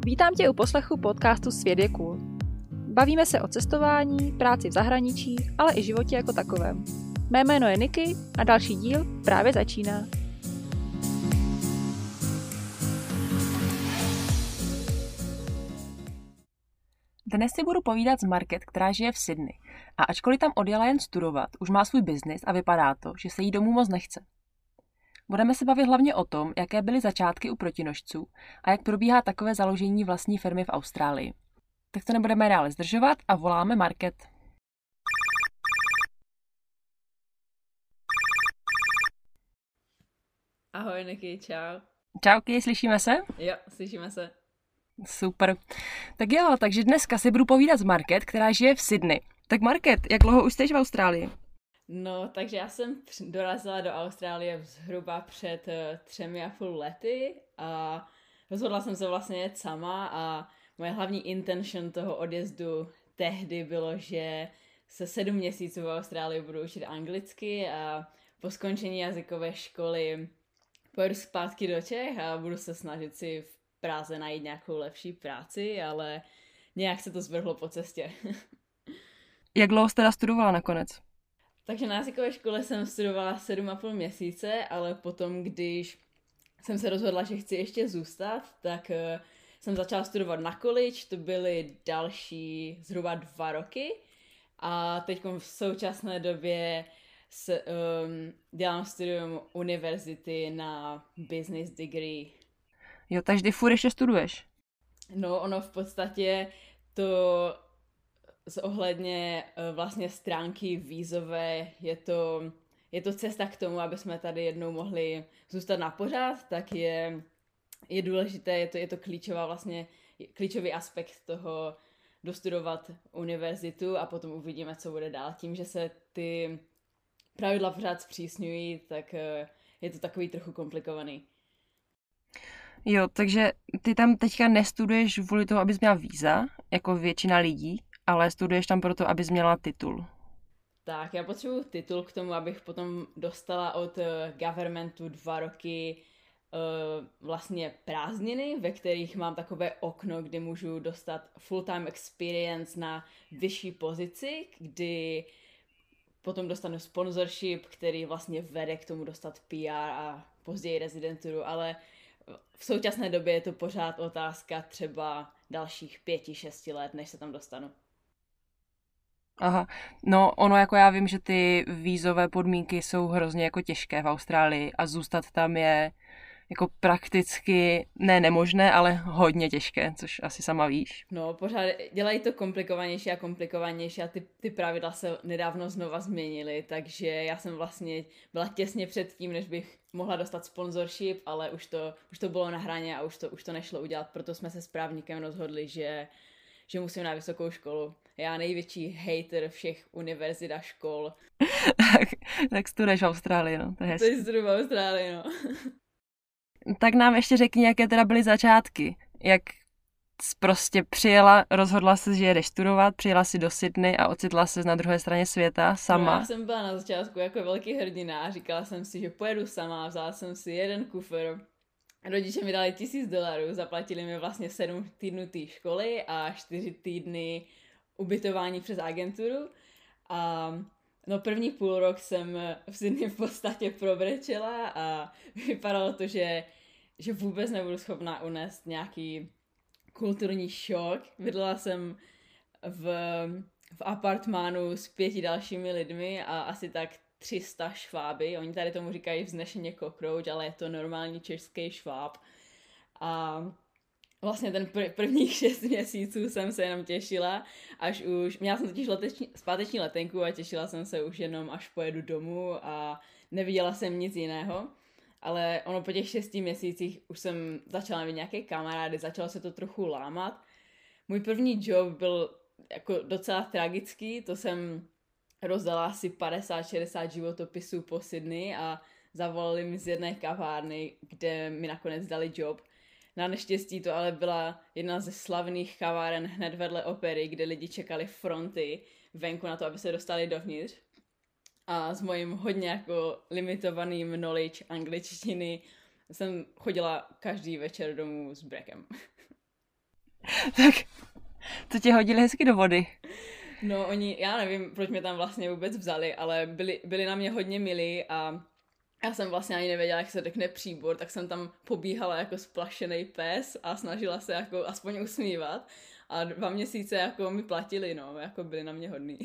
Vítám tě u poslechu podcastu Svět je cool. Bavíme se o cestování, práci v zahraničí, ale i životě jako takovém. Mé jméno je Niky a další díl právě začíná. Dnes si budu povídat s Market, která žije v Sydney. A ačkoliv tam odjela jen studovat, už má svůj biznis a vypadá to, že se jí domů moc nechce. Budeme se bavit hlavně o tom, jaké byly začátky u protinožců a jak probíhá takové založení vlastní firmy v Austrálii. Tak to nebudeme dále zdržovat a voláme Market. Ahoj Niky, čau. Čauky, slyšíme se? Jo, slyšíme se. Super. Tak jo, takže dneska si budu povídat s Market, která žije v Sydney. Tak Market, jak dlouho už jsi v Austrálii? No, takže já jsem dorazila do Austrálie zhruba před 3,5 lety a rozhodla jsem se vlastně jet sama a moje hlavní intention toho odjezdu tehdy bylo, že se 7 měsíců v Austrálii budu učit anglicky a po skončení jazykové školy pojedu zpátky do Čech a budu se snažit si v Praze najít nějakou lepší práci, ale nějak se to zvrhlo po cestě. Jak dlouho jsi teda studovala nakonec? Takže na jazykové škole jsem studovala 7,5 měsíce, ale potom, když jsem se rozhodla, že chci ještě zůstat, tak jsem začala studovat na college, to byly další zhruba 2 roky a teď v současné době dělám studium univerzity na business degree. Jo, takže furt ještě studuješ? No, ono v podstatě to ohledně vlastně stránky vízové je to cesta k tomu, aby jsme tady jednou mohli zůstat na pořád, tak je důležité, je to klíčový aspekt toho dostudovat univerzitu a potom uvidíme, co bude dál. Tím, že se ty pravidla pořád zpřísňují, tak je to takový trochu komplikovaný. Jo, takže ty tam teďka nestuduješ kvůli toho, abys měla víza, jako většina lidí, ale studuješ tam proto, abys měla titul. Tak, já potřebuji titul k tomu, abych potom dostala od governmentu 2 roky vlastně prázdniny, ve kterých mám takové okno, kdy můžu dostat full-time experience na vyšší pozici, kdy potom dostanu sponsorship, který vlastně vede k tomu dostat PR a později rezidenturu, ale v současné době je to pořád otázka třeba dalších 5-6 let, než se tam dostanu. Aha, no ono jako já vím, že ty vízové podmínky jsou hrozně jako těžké v Austrálii a zůstat tam je jako prakticky ne nemožné, ale hodně těžké, což asi sama víš. No, pořád dělají to komplikovanější a komplikovanější a ty pravidla se nedávno znova změnily, takže já jsem vlastně byla těsně před tím, než bych mohla dostat sponsorship, ale už to bylo na hraně a už to nešlo udělat, proto jsme se s právníkem rozhodli, že musím na vysokou školu. Já největší hater všech univerzit a škol. tak studuješ v Austrálii, no. To je studuju v Austrálii, no. Tak nám ještě řekni, jaké teda byly začátky. Jak jsi prostě přijela, rozhodla se, že jedeš studovat, přijela si do Sydney a ocitla se na druhé straně světa sama. No, já jsem byla na začátku jako velký hrdina a říkala jsem si, že pojedu sama, vzala jsem si 1 kufr. Rodiče mi dali $1000, zaplatili mi vlastně 7 týdnů té školy a 4 týdny ubytování přes agenturu. A no první půl rok jsem v Sydney v podstatě probrečela a vypadalo to, že vůbec nebudu schopná unést nějaký kulturní šok. Bydlela jsem v apartmánu s 5 dalšími lidmi a asi tak 300 šváby. Oni tady tomu říkají vznešeně cockroach, ale je to normální český šváb. A vlastně ten prvních 6 měsíců jsem se jenom těšila, měla jsem totiž zpáteční letenku a těšila jsem se už jenom, až pojedu domů a neviděla jsem nic jiného. Ale ono po těch 6 měsících už jsem začala mít nějaké kamarády, začalo se to trochu lámat. Můj první job byl jako docela tragický, to jsem rozdala asi 50-60 životopisů po Sydney a zavolali mi z jedné kavárny, kde mi nakonec dali job. Na neštěstí to ale byla jedna ze slavných kaváren hned vedle opery, kde lidi čekali fronty venku na to, aby se dostali dovnitř. A s mojím hodně jako limitovaným knowledge angličtiny jsem chodila každý večer domů s brekem. Tak to tě hodili hezky do vody. No já nevím, proč mě tam vlastně vůbec vzali, ale byli na mě hodně milí a já jsem vlastně ani nevěděla, jak se řekne příbor, tak jsem tam pobíhala jako splašený pes a snažila se jako aspoň usmívat. A 2 měsíce jako mi platili, no, jako byli na mě hodný.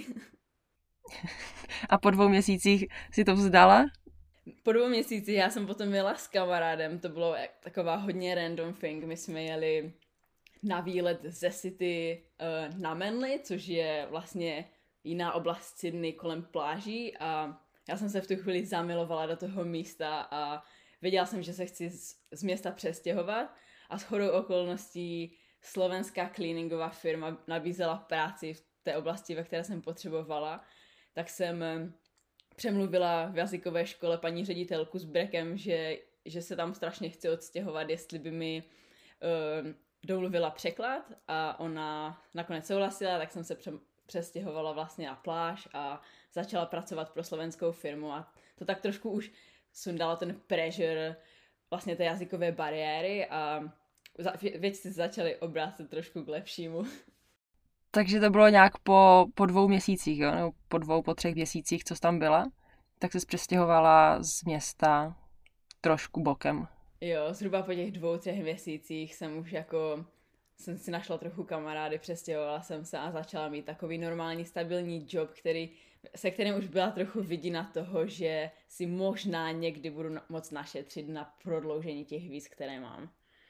A po 2 měsících si to vzdala? Po 2 měsících já jsem potom jela s kamarádem, to bylo taková hodně random thing, my jsme jeli na výlet ze City na Manly, což je vlastně jiná oblast Sydney kolem pláží a já jsem se v tu chvíli zamilovala do toho místa a věděla jsem, že se chci z města přestěhovat a shodou okolností slovenská cleaningová firma nabízela práci v té oblasti, ve které jsem potřebovala, tak jsem přemluvila v jazykové škole paní ředitelku s brekem, že se tam strašně chci odstěhovat, jestli by mi domluvila překlad a ona nakonec souhlasila, tak jsem se přestěhovala vlastně na pláž a začala pracovat pro slovenskou firmu a to tak trošku už sundalo ten pressure vlastně té jazykové bariéry a věci se začaly obrácet trošku k lepšímu. Takže to bylo nějak po 2 měsících, jo? Nebo po 3 měsících, co jsi tam byla, tak jsi přestěhovala z města trošku bokem. Jo, zhruba po těch 2-3 měsících jsem si našla trochu kamarády, přestěhovala jsem se a začala mít takový normální stabilní job, se kterým už byla trochu vidina toho, že si možná někdy budu moc našetřit na prodloužení těch víz, které mám.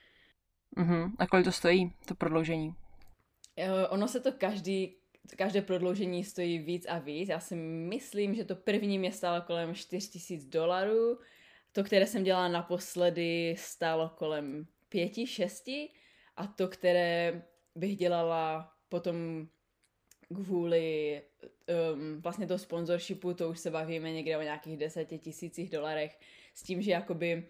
A kolik to stojí, to prodloužení? Ono se to každé prodloužení stojí víc a víc. Já si myslím, že to první mě stálo kolem $4,000. To, které jsem dělala naposledy, stálo kolem 5-6 a to, které bych dělala potom kvůli vlastně toho sponsorshipu, to už se bavíme někde o nějakých $10,000 s tím, že jakoby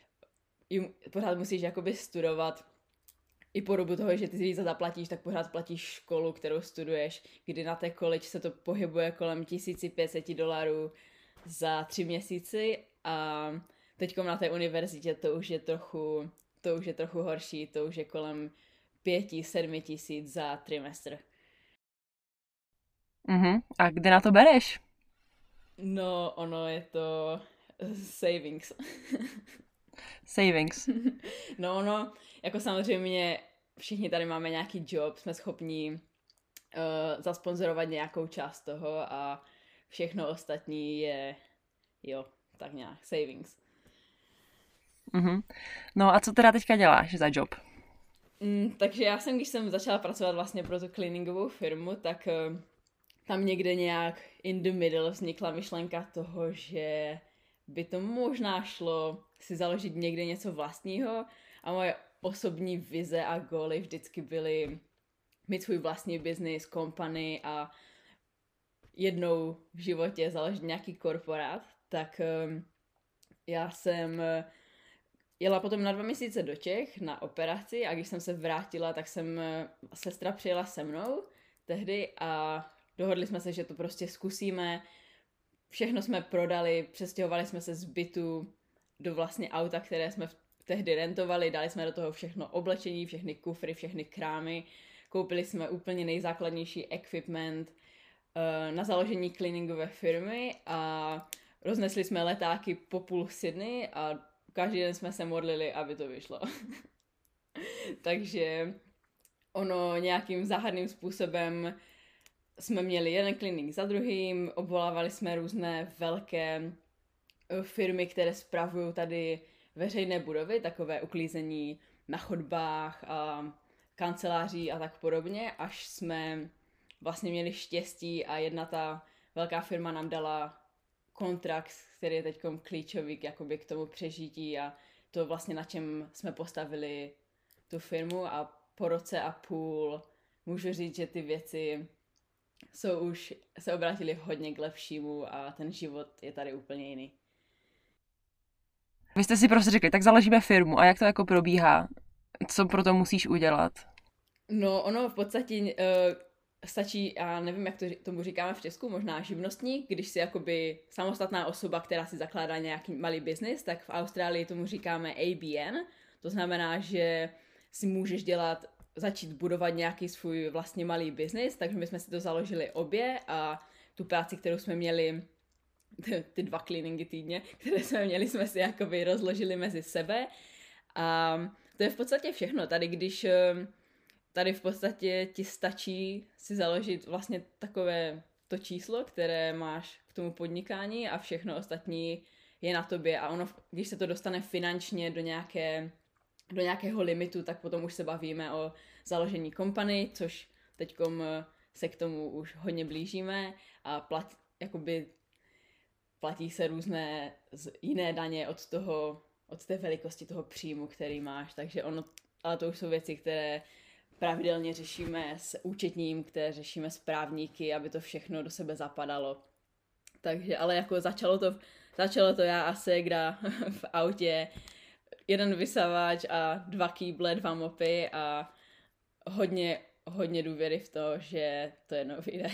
pořád musíš jakoby studovat i po dobu toho, že ty víza zaplatíš, tak pořád platíš školu, kterou studuješ, kdy na té college se to pohybuje kolem $1,500 za 3 měsíce a teďkom na té univerzitě to už je trochu horší, to už je kolem 5-7 tisíc za trimestr. A kde na to bereš? No, ono je to savings. Savings. No, ono, jako samozřejmě všichni tady máme nějaký job, jsme schopni zasponzorovat nějakou část toho a všechno ostatní je, tak nějak, savings. No a co teda teďka děláš za job? Takže když jsem začala pracovat vlastně pro tu cleaningovou firmu, tak tam někde nějak in the middle vznikla myšlenka toho, že by to možná šlo si založit někde něco vlastního a moje osobní vize a góly vždycky byly mít svůj vlastní business, company a jednou v životě založit nějaký korporát, tak já jsem jela potom na 2 měsíce do Čech na operaci a když jsem se vrátila, tak sestra přijela se mnou tehdy a dohodli jsme se, že to prostě zkusíme. Všechno jsme prodali, přestěhovali jsme se z bytu do vlastně auta, které jsme tehdy rentovali, dali jsme do toho všechno oblečení, všechny kufry, všechny krámy, koupili jsme úplně nejzákladnější equipment na založení cleaningové firmy a roznesli jsme letáky po půl Sydney a každý den jsme se modlili, aby to vyšlo. Takže ono nějakým záhadným způsobem jsme měli jeden cleaning za druhým, obvolávali jsme různé velké firmy, které spravují tady veřejné budovy, takové uklízení na chodbách a kanceláří a tak podobně, až jsme vlastně měli štěstí a jedna ta velká firma nám dala kontrakt, který je teď klíčový jakoby k tomu přežití a to vlastně na čem jsme postavili tu firmu a po roce a půl můžu říct, že ty věci se obrátily hodně k lepšímu a ten život je tady úplně jiný. Vy jste si prostě řekli, tak založíme firmu a jak to jako probíhá? Co pro to musíš udělat? No ono v podstatě stačí, já nevím, jak tomu říkáme v Česku, možná živnostník, když si jakoby samostatná osoba, která si zakládá nějaký malý biznis, tak v Austrálii tomu říkáme ABN, to znamená, že si můžeš dělat začít budovat nějaký svůj vlastně malý biznis, takže my jsme si to založili obě a tu práci, kterou jsme měli, ty 2 cleaningy týdně, které jsme měli, jsme si jakoby rozložili mezi sebe a to je v podstatě všechno. Tady v podstatě ti stačí si založit vlastně takové to číslo, které máš k tomu podnikání a všechno ostatní je na tobě a ono, když se to dostane finančně do nějakého limitu, tak potom už se bavíme o založení company, což teďkom se k tomu už hodně blížíme a platí se různé jiné daně od té velikosti toho příjmu, který máš, takže ale to už jsou věci, které pravidelně řešíme s účetním, které řešíme s právníky, aby to všechno do sebe zapadalo. Takže, ale jako začalo to já a ségra v autě, 1 vysavač a 2 kýble, 2 mopy a hodně důvěry v to, že to jednou vyjde.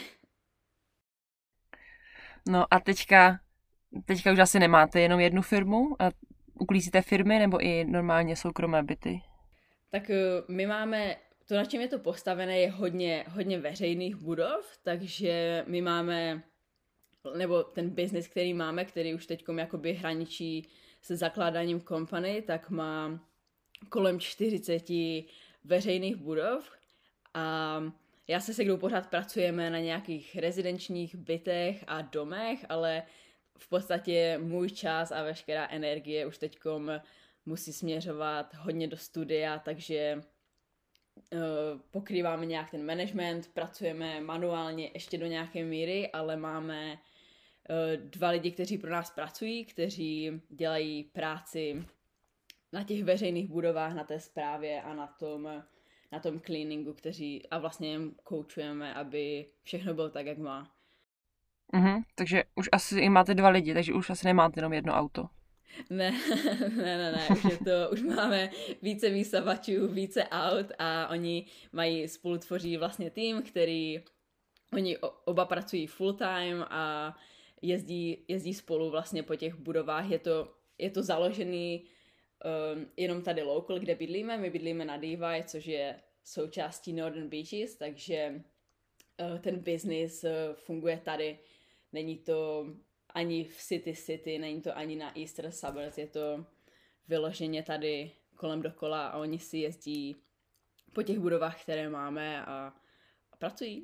No a teďka už asi nemáte jenom jednu firmu a uklízíte firmy nebo i normálně soukromé byty? Tak my máme, to na čem je to postavené, je hodně veřejných budov, takže my máme, nebo ten biznis, který máme, který už teďkom jakoby hraničí se zakládáním company, tak má kolem 40 veřejných budov a já se Segrou pořád pracujeme na nějakých rezidenčních bytech a domech, ale v podstatě můj čas a veškerá energie už teďkom musí směřovat hodně do studia, takže pokrýváme nějak ten management, pracujeme manuálně ještě do nějaké míry, ale máme 2 lidi, kteří pro nás pracují, kteří dělají práci na těch veřejných budovách, na té správě a na tom cleaningu, a vlastně jim koučujeme, aby všechno bylo tak, jak má. Takže už asi i máte 2 lidi, takže už asi nemáte jenom jedno auto. Ne, už máme více výsavačů, více aut a oni spolu tvoří vlastně tým, oni oba pracují full time a jezdí spolu vlastně po těch budovách. Je to založený jenom tady local, kde bydlíme. My bydlíme na Dívaj, což je součástí Northern Beaches, takže ten business funguje tady. Není to ani v City, není to ani na Eastern Suburbs, je to vyloženě tady kolem dokola a oni si jezdí po těch budovách, které máme a pracují.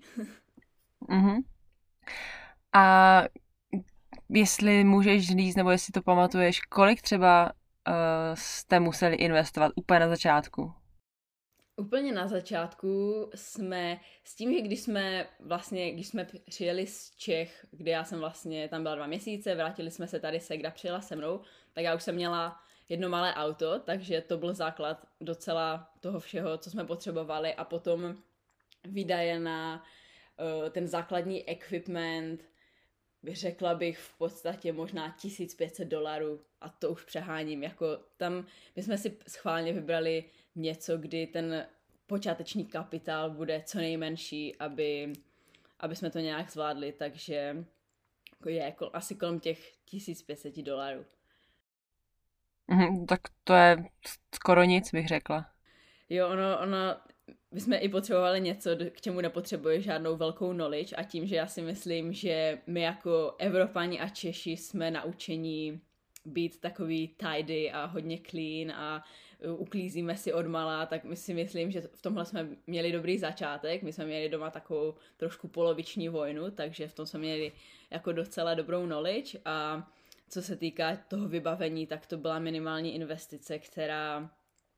A jestli můžeš říct, nebo jestli to pamatuješ, kolik třeba jste museli investovat úplně na začátku? Úplně na začátku jsme s tím, že když jsme přijeli z Čech, kde já jsem vlastně tam byla 2 měsíce, vrátili jsme se tady, Segra přijela se mnou, tak já už jsem měla jedno malé auto, takže to byl základ docela toho všeho, co jsme potřebovali a potom výdaje na ten základní equipment, řekla bych v podstatě možná $1,500 a to už přeháním, jako tam my jsme si schválně vybrali něco, kdy ten počáteční kapitál bude co nejmenší, aby jsme to nějak zvládli, takže je asi kolem těch $1,500. Tak to je skoro nic, bych řekla. Jo, my jsme i potřebovali něco, k čemu nepotřebuje žádnou velkou knowledge a tím, že já si myslím, že my jako Evropani a Češi jsme naučení být takový tidy a hodně clean a uklízíme si odmala, tak my si myslím, že v tomhle jsme měli dobrý začátek. My jsme měli doma takovou trošku poloviční vojnu, takže v tom jsme měli jako docela dobrou knowledge a co se týká toho vybavení, tak to byla minimální investice, která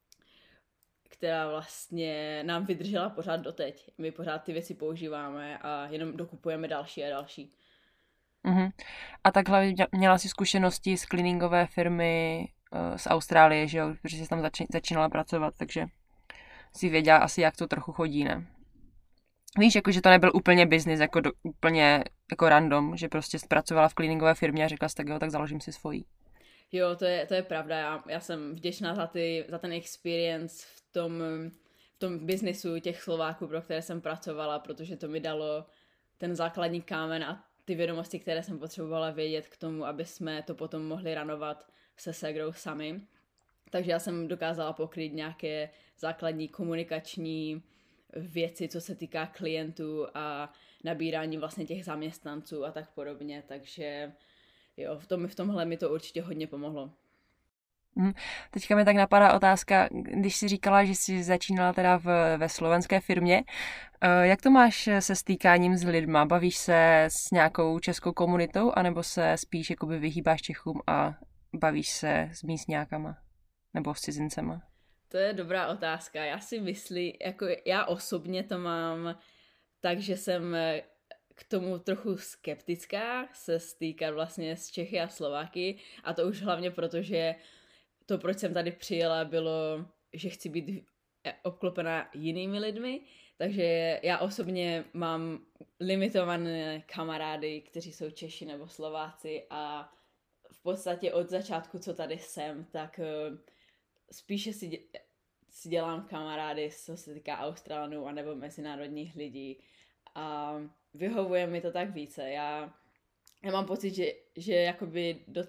vlastně nám vydržela pořád doteď. My pořád ty věci používáme a jenom dokupujeme další a další. A takhle měla jsi zkušenosti z cleaningové firmy z Austrálie, že jo? Protože jsi tam začínala pracovat, takže si věděla asi, jak to trochu chodí, ne? Víš, jako, že to nebyl úplně business, úplně jako random, že prostě pracovala v cleaningové firmě a řekla jsi tak jo, tak založím si svojí. Jo, to je pravda. Já jsem vděčná za ten experience v tom biznisu těch Slováků, pro které jsem pracovala, protože to mi dalo ten základní kámen a ty vědomosti, které jsem potřebovala vědět k tomu, aby jsme to potom mohli ranovat se Segrou sami. Takže já jsem dokázala pokrýt nějaké základní komunikační věci, co se týká klientů a nabírání vlastně těch zaměstnanců a tak podobně, takže jo, v tomhle mi to určitě hodně pomohlo. Teďka mi tak napadá otázka, když jsi říkala, že jsi začínala teda ve slovenské firmě, jak to máš se stýkáním s lidma? Bavíš se s nějakou českou komunitou, anebo se spíš jakoby vyhýbáš Čechům a bavíš se s místňákama nebo s cizincema? To je dobrá otázka. Já si myslím, jako já osobně to mám tak, že jsem k tomu trochu skeptická se stýkat vlastně s Čechy a Slováky, a to už hlavně proto, že to, proč jsem tady přijela, bylo, že chci být obklopená jinými lidmi, takže já osobně mám limitované kamarády, kteří jsou Češi nebo Slováci, a v podstatě od začátku, co tady jsem, tak spíše si dělám kamarády, co se týká Australanů anebo mezinárodních lidí, a vyhovuje mi to tak více. Já mám pocit, že jakoby do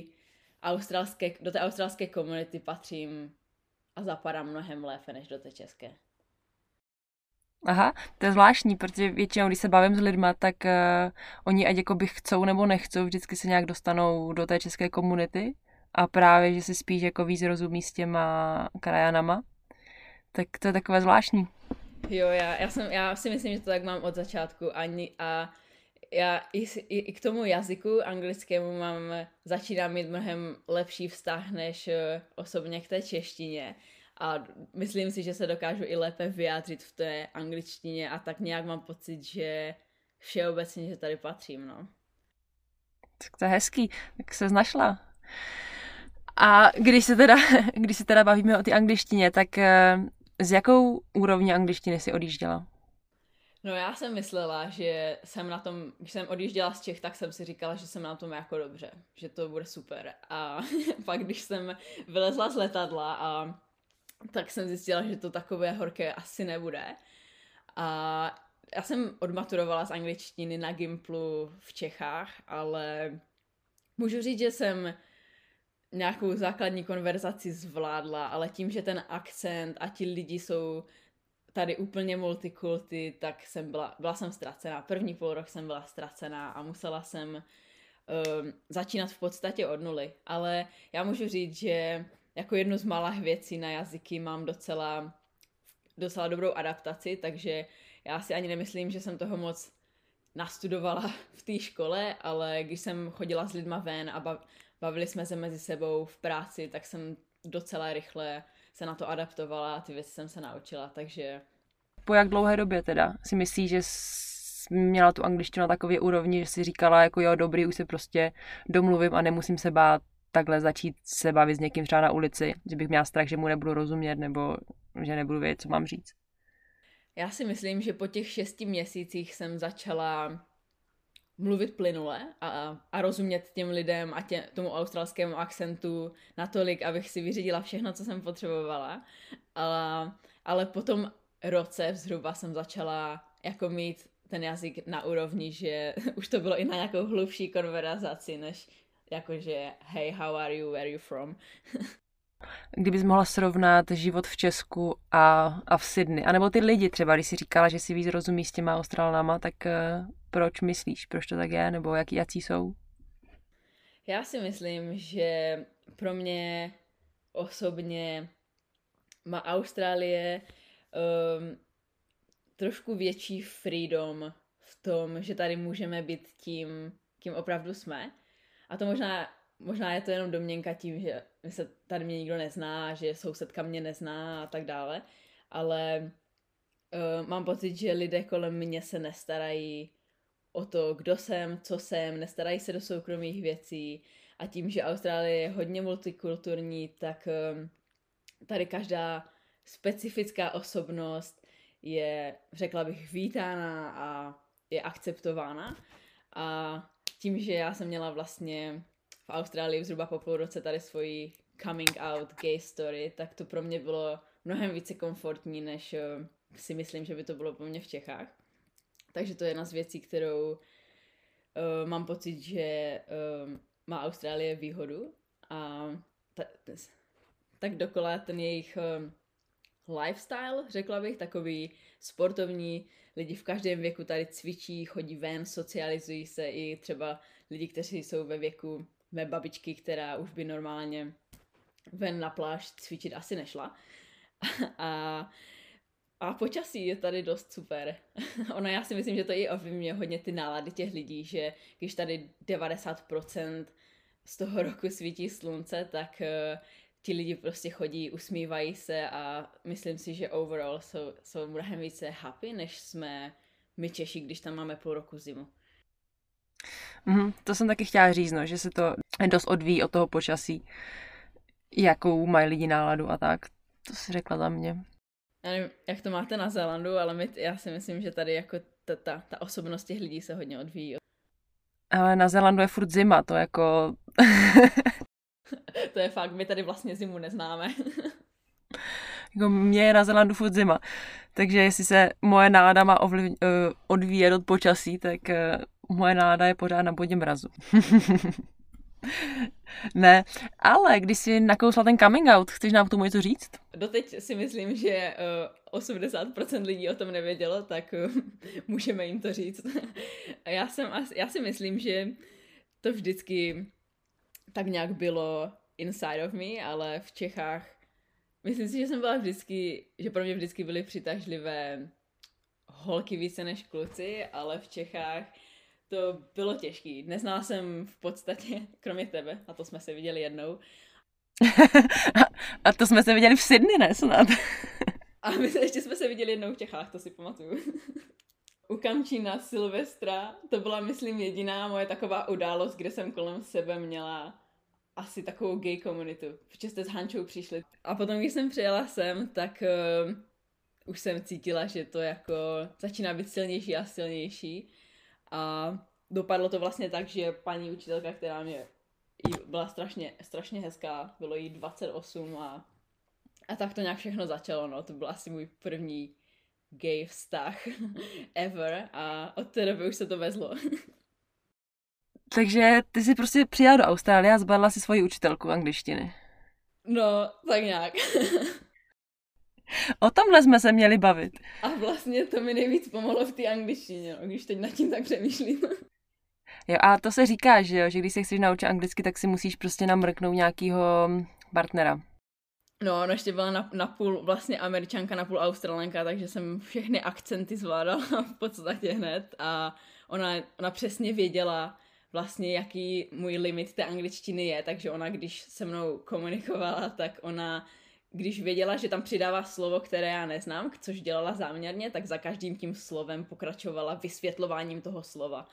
té australské komunity patřím a zapadám mnohem lépe než do té české. Aha, to je zvláštní, protože většinou, když se bavím s lidma, tak oni ať jakoby chcou nebo nechcou, vždycky se nějak dostanou do té české komunity, a právě, že si spíš jako víc rozumí s těma krajanama, tak to je takové zvláštní. Jo, já si myslím, že to tak mám od začátku, a já i k tomu jazyku anglickému začínám mít mnohem lepší vztah než osobně k té češtině, a myslím si, že se dokážu i lépe vyjádřit v té angličtině, a tak nějak mám pocit, že všeobecně, že tady patřím, no. Tak to je hezký, tak se našla. A když se teda bavíme o té angličtině, tak s jakou úrovní angličtiny si odjížděla? No, já jsem myslela, že jsem na tom, když jsem odjížděla z Čech, tak jsem si říkala, že jsem na tom jako dobře, že to bude super. A pak, když jsem vylezla z letadla, tak jsem zjistila, že to takové horké asi nebude. A já jsem odmaturovala z angličtiny na Gimplu v Čechách, ale můžu říct, že jsem nějakou základní konverzaci zvládla, ale tím, že ten akcent a ti lidi jsou tady úplně multikulty, tak byla jsem ztracená. První půl rok jsem byla ztracená a musela jsem začínat v podstatě od nuly. Ale já můžu říct, že jako jednu z malých věcí na jazyky mám docela dobrou adaptaci, takže já si ani nemyslím, že jsem toho moc nastudovala v té škole, ale když jsem chodila s lidma ven a bavili jsme se mezi sebou v práci, tak jsem docela rychle se na to adaptovala a ty věci jsem se naučila, takže... Po jak dlouhé době teda si myslíš, že jsi měla tu angličtinu na takové úrovni, že jsi říkala jako jo, dobrý, už se prostě domluvím a nemusím se bát takhle začít se bavit s někým třeba na ulici, že bych měla strach, že mu nebudu rozumět nebo že nebudu vědět, co mám říct? Já si myslím, že po těch 6 měsících jsem začala mluvit plynule a rozumět těm lidem a tomu australskému akcentu natolik, abych si vyřídila všechno, co jsem potřebovala. Ale po tom roce zhruba jsem začala jako mít ten jazyk na úrovni, že už to bylo i na nějakou hlubší konverzaci, než jakože hey, how are you, where are you from? Kdybys mohla srovnat život v Česku a v Sydney, anebo ty lidi třeba, když jsi říkala, že si víc rozumí s těma Australanama, tak proč myslíš, proč to tak je, nebo jací jsou? Já si myslím, že pro mě osobně má Austrálie trošku větší freedom v tom, že tady můžeme být tím, kým opravdu jsme. A to možná je to jenom domněnka tím, že se tady mě nikdo nezná, že sousedka mě nezná a tak dále, ale mám pocit, že lidé kolem mě se nestarají o to, kdo jsem, co jsem, nestarají se do soukromých věcí, a tím, že Austrálie je hodně multikulturní, tak tady každá specifická osobnost je, řekla bych, vítána a je akceptována. A tím, že já jsem měla vlastně v Austrálii zhruba po půl roce tady svoji coming out gay story, tak to pro mě bylo mnohem více komfortní, než si myslím, že by to bylo pro mě v Čechách. Takže to je jedna z věcí, kterou mám pocit, že má Austrálie výhodu. A tak dokola ten jejich lifestyle, řekla bych, takový sportovní, lidi v každém věku tady cvičí, chodí ven, socializují se, i třeba lidi, kteří jsou ve věku mé babičky, která už by normálně ven na pláž cvičit asi nešla. A počasí je tady dost super. Ono, já si myslím, že to i ovlivňuje hodně ty nálady těch lidí, že když tady 90% z toho roku svítí slunce, tak ti lidi prostě chodí, usmívají se a myslím si, že overall jsou mnohem více happy, než jsme my Češi, když tam máme půl roku zimu. To jsem taky chtěla říct, no, že se to dost odvíjí od toho počasí, jakou mají lidi náladu a tak. To si řekla za mě. Já nevím, jak to máte na Zélandu, ale já si myslím, že tady jako ta osobnost těch lidí se hodně odvíjí. Ale na Zélandu je furt zima, to jako... To je fakt, my tady vlastně zimu neznáme. Jako mě je na Zélandu furt zima, takže jestli se moje nálada má odvíjet od počasí, tak moje nálada je pořád na bodě mrazu. Ne, ale když jsi nakousla ten coming out, chceš nám k tomu něco říct? Doteď si myslím, že 80% lidí o tom nevědělo, tak můžeme jim to říct. Já si myslím, že to vždycky tak nějak bylo inside of me, ale v Čechách myslím si, že jsem byla vždycky, že pro mě vždycky byly přitažlivé holky více než kluci, ale v Čechách to bylo těžký. Neznala jsem v podstatě, kromě tebe, a to jsme se viděli jednou. A to jsme se viděli v Sydney, ne snad? A my ještě jsme se viděli jednou v Čechách, to si pamatuju. U Kamčína Silvestra, to byla, myslím, jediná moje taková událost, kde jsem kolem sebe měla asi takovou gay komunitu, protože jste s Hančou přišli. A potom, když jsem přijela sem, tak už jsem cítila, že to jako začíná být silnější a silnější. A dopadlo to vlastně tak, že paní učitelka, která mě byla strašně hezká, bylo jí 28 a tak to nějak všechno začalo, no. To byl asi můj první gay vztah ever a od té doby už se to vezlo. Takže ty jsi prostě přijela do Austrálie a zbadla si svoji učitelku angličtiny. No, tak nějak. O tomhle jsme se měli bavit. A vlastně to mi nejvíc pomohlo v té angličtině, no, když teď nad tím tak přemýšlím. Jo, a to se říká, že jo, že když se chceš naučit anglicky, tak si musíš prostě namrknout nějakýho partnera. No, ona ještě byla napůl vlastně Američanka, napůl Australanka, takže jsem všechny akcenty zvládala v podstatě hned a ona přesně věděla vlastně, jaký můj limit té angličtiny je, takže ona, když se mnou komunikovala, tak ona, když věděla, že tam přidává slovo, které já neznám, což dělala záměrně, tak za každým tím slovem pokračovala vysvětlováním toho slova.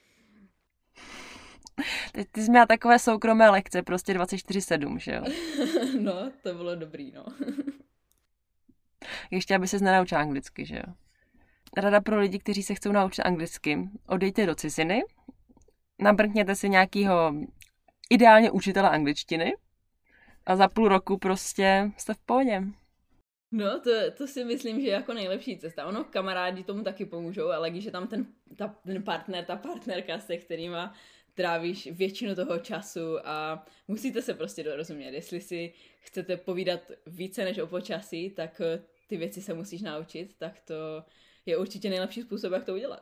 Ty jsi měla takové soukromé lekce, prostě 24/7, že jo? No, to bylo dobrý, no. Ještě, aby ses nenaučila anglicky, že jo? Rada pro lidi, kteří se chcou naučit anglicky. Odejďte do ciziny, nabrkněte si nějakýho ideálně učitele angličtiny a za půl roku prostě jste v pohodě. No, to si myslím, že je jako nejlepší cesta. Ono, kamarádi tomu taky pomůžou, ale když je tam ten partner, ta partnerka, se kterýma trávíš většinu toho času a musíte se prostě dorozumět. Jestli si chcete povídat více než o počasí, tak ty věci se musíš naučit, tak to je určitě nejlepší způsob, jak to udělat.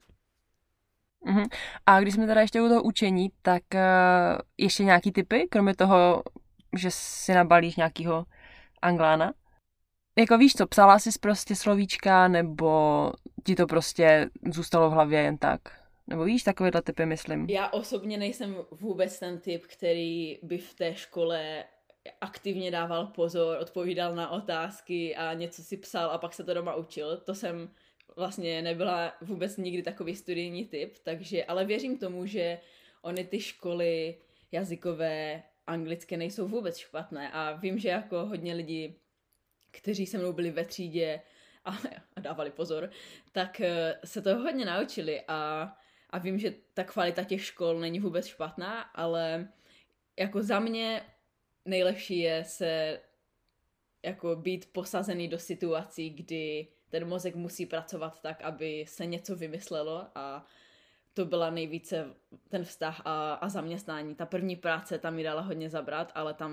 A když jsme teda ještě u toho učení, tak ještě nějaký tipy, kromě toho, že si nabalíš nějakýho Anglána? Jako víš co, psala jsi prostě slovíčka, nebo ti to prostě zůstalo v hlavě jen tak? Nebo víš, takovéhle typy, myslím. Já osobně nejsem vůbec ten typ, který by v té škole aktivně dával pozor, odpovídal na otázky a něco si psal a pak se to doma učil. To jsem vlastně nebyla vůbec nikdy takový studijní typ, takže, ale věřím tomu, že ony ty školy jazykové anglické nejsou vůbec špatné a vím, že jako hodně lidí, kteří se mnou byli ve třídě a dávali pozor, tak se to hodně naučili a vím, že ta kvalita těch škol není vůbec špatná, ale jako za mě nejlepší je se jako být posazený do situací, kdy ten mozek musí pracovat tak, aby se něco vymyslelo a to byla nejvíce ten vztah a zaměstnání. Ta první práce tam mi dala hodně zabrat, ale tam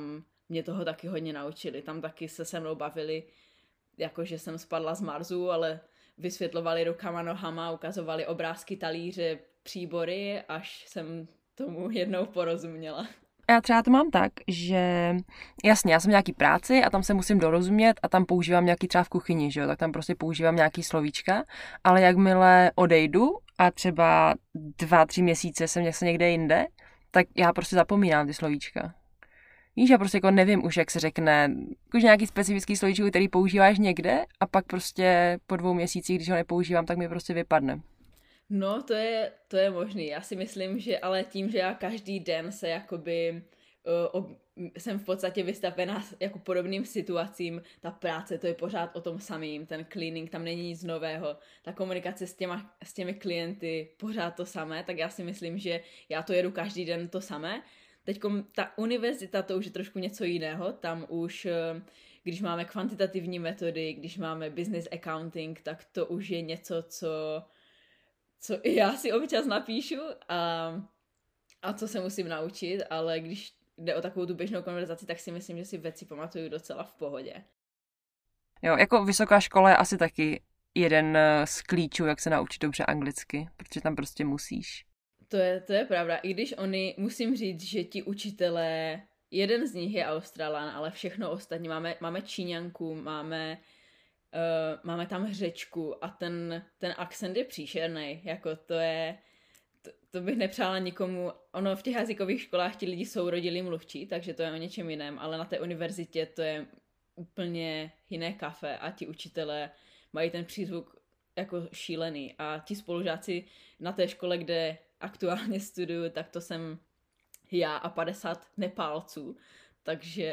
mě toho taky hodně naučili. Tam taky se mnou bavili, jakože jsem spadla z Marsu, ale vysvětlovali rukama, nohama, ukazovali obrázky, talíře, příbory, až jsem tomu jednou porozuměla. Já třeba to mám tak, že jasně, já jsem v nějaký práci a tam se musím dorozumět a tam používám nějaký třeba v kuchyni, že jo, tak tam prostě používám nějaký slovíčka, ale jakmile odejdu a třeba 2-3 měsíce jsem někde jinde, tak já prostě zapomínám ty slovíčka. Víš, já prostě jako nevím už, jak se řekne, už nějaký specifický slovíčko, který používáš někde a pak prostě po 2 měsících, když ho nepoužívám, tak mi prostě vypadne. No, to je možný. Já si myslím, že ale tím, že já každý den se jakoby jsem v podstatě vystavená jako podobným situacím, ta práce, to je pořád o tom samým, ten cleaning, tam není nic nového, ta komunikace s těmi klienty, pořád to samé, tak já si myslím, že já to jedu každý den to samé. Teď ta univerzita, to už je trošku něco jiného, tam už, když máme kvantitativní metody, když máme business accounting, tak to už je něco, co i já si občas napíšu a co se musím naučit, ale když jde o takovou tu běžnou konverzaci, tak si myslím, že si věci pamatuju docela v pohodě. Jo, jako vysoká škola je asi taky jeden z klíčů, jak se naučit dobře anglicky, protože tam prostě musíš. To je pravda, i když musím říct, že ti učitelé, jeden z nich je Australan, ale všechno ostatní, máme Číňanku, máme tam Řečku a ten akcent je příšerný, jako to bych nepřála nikomu, ono v těch jazykových školách ti lidi jsou rodilí mluvčí, takže to je o něčem jiném, ale na té univerzitě to je úplně jiné kafe a ti učitelé mají ten přízvuk jako šílený a ti spolužáci na té škole, kde aktuálně studuju, tak to jsem já a 50 Nepálců, takže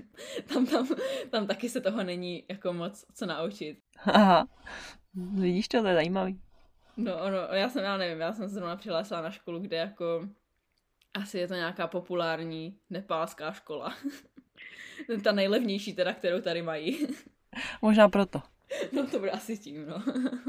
tam taky se toho není jako moc co naučit. Aha, vidíš to je zajímavý. No, já jsem se zrovna přihlásila na školu, kde jako asi je to nějaká populární nepálská škola. Ta nejlevnější teda, kterou tady mají. Možná proto. No to bude asi tím, no.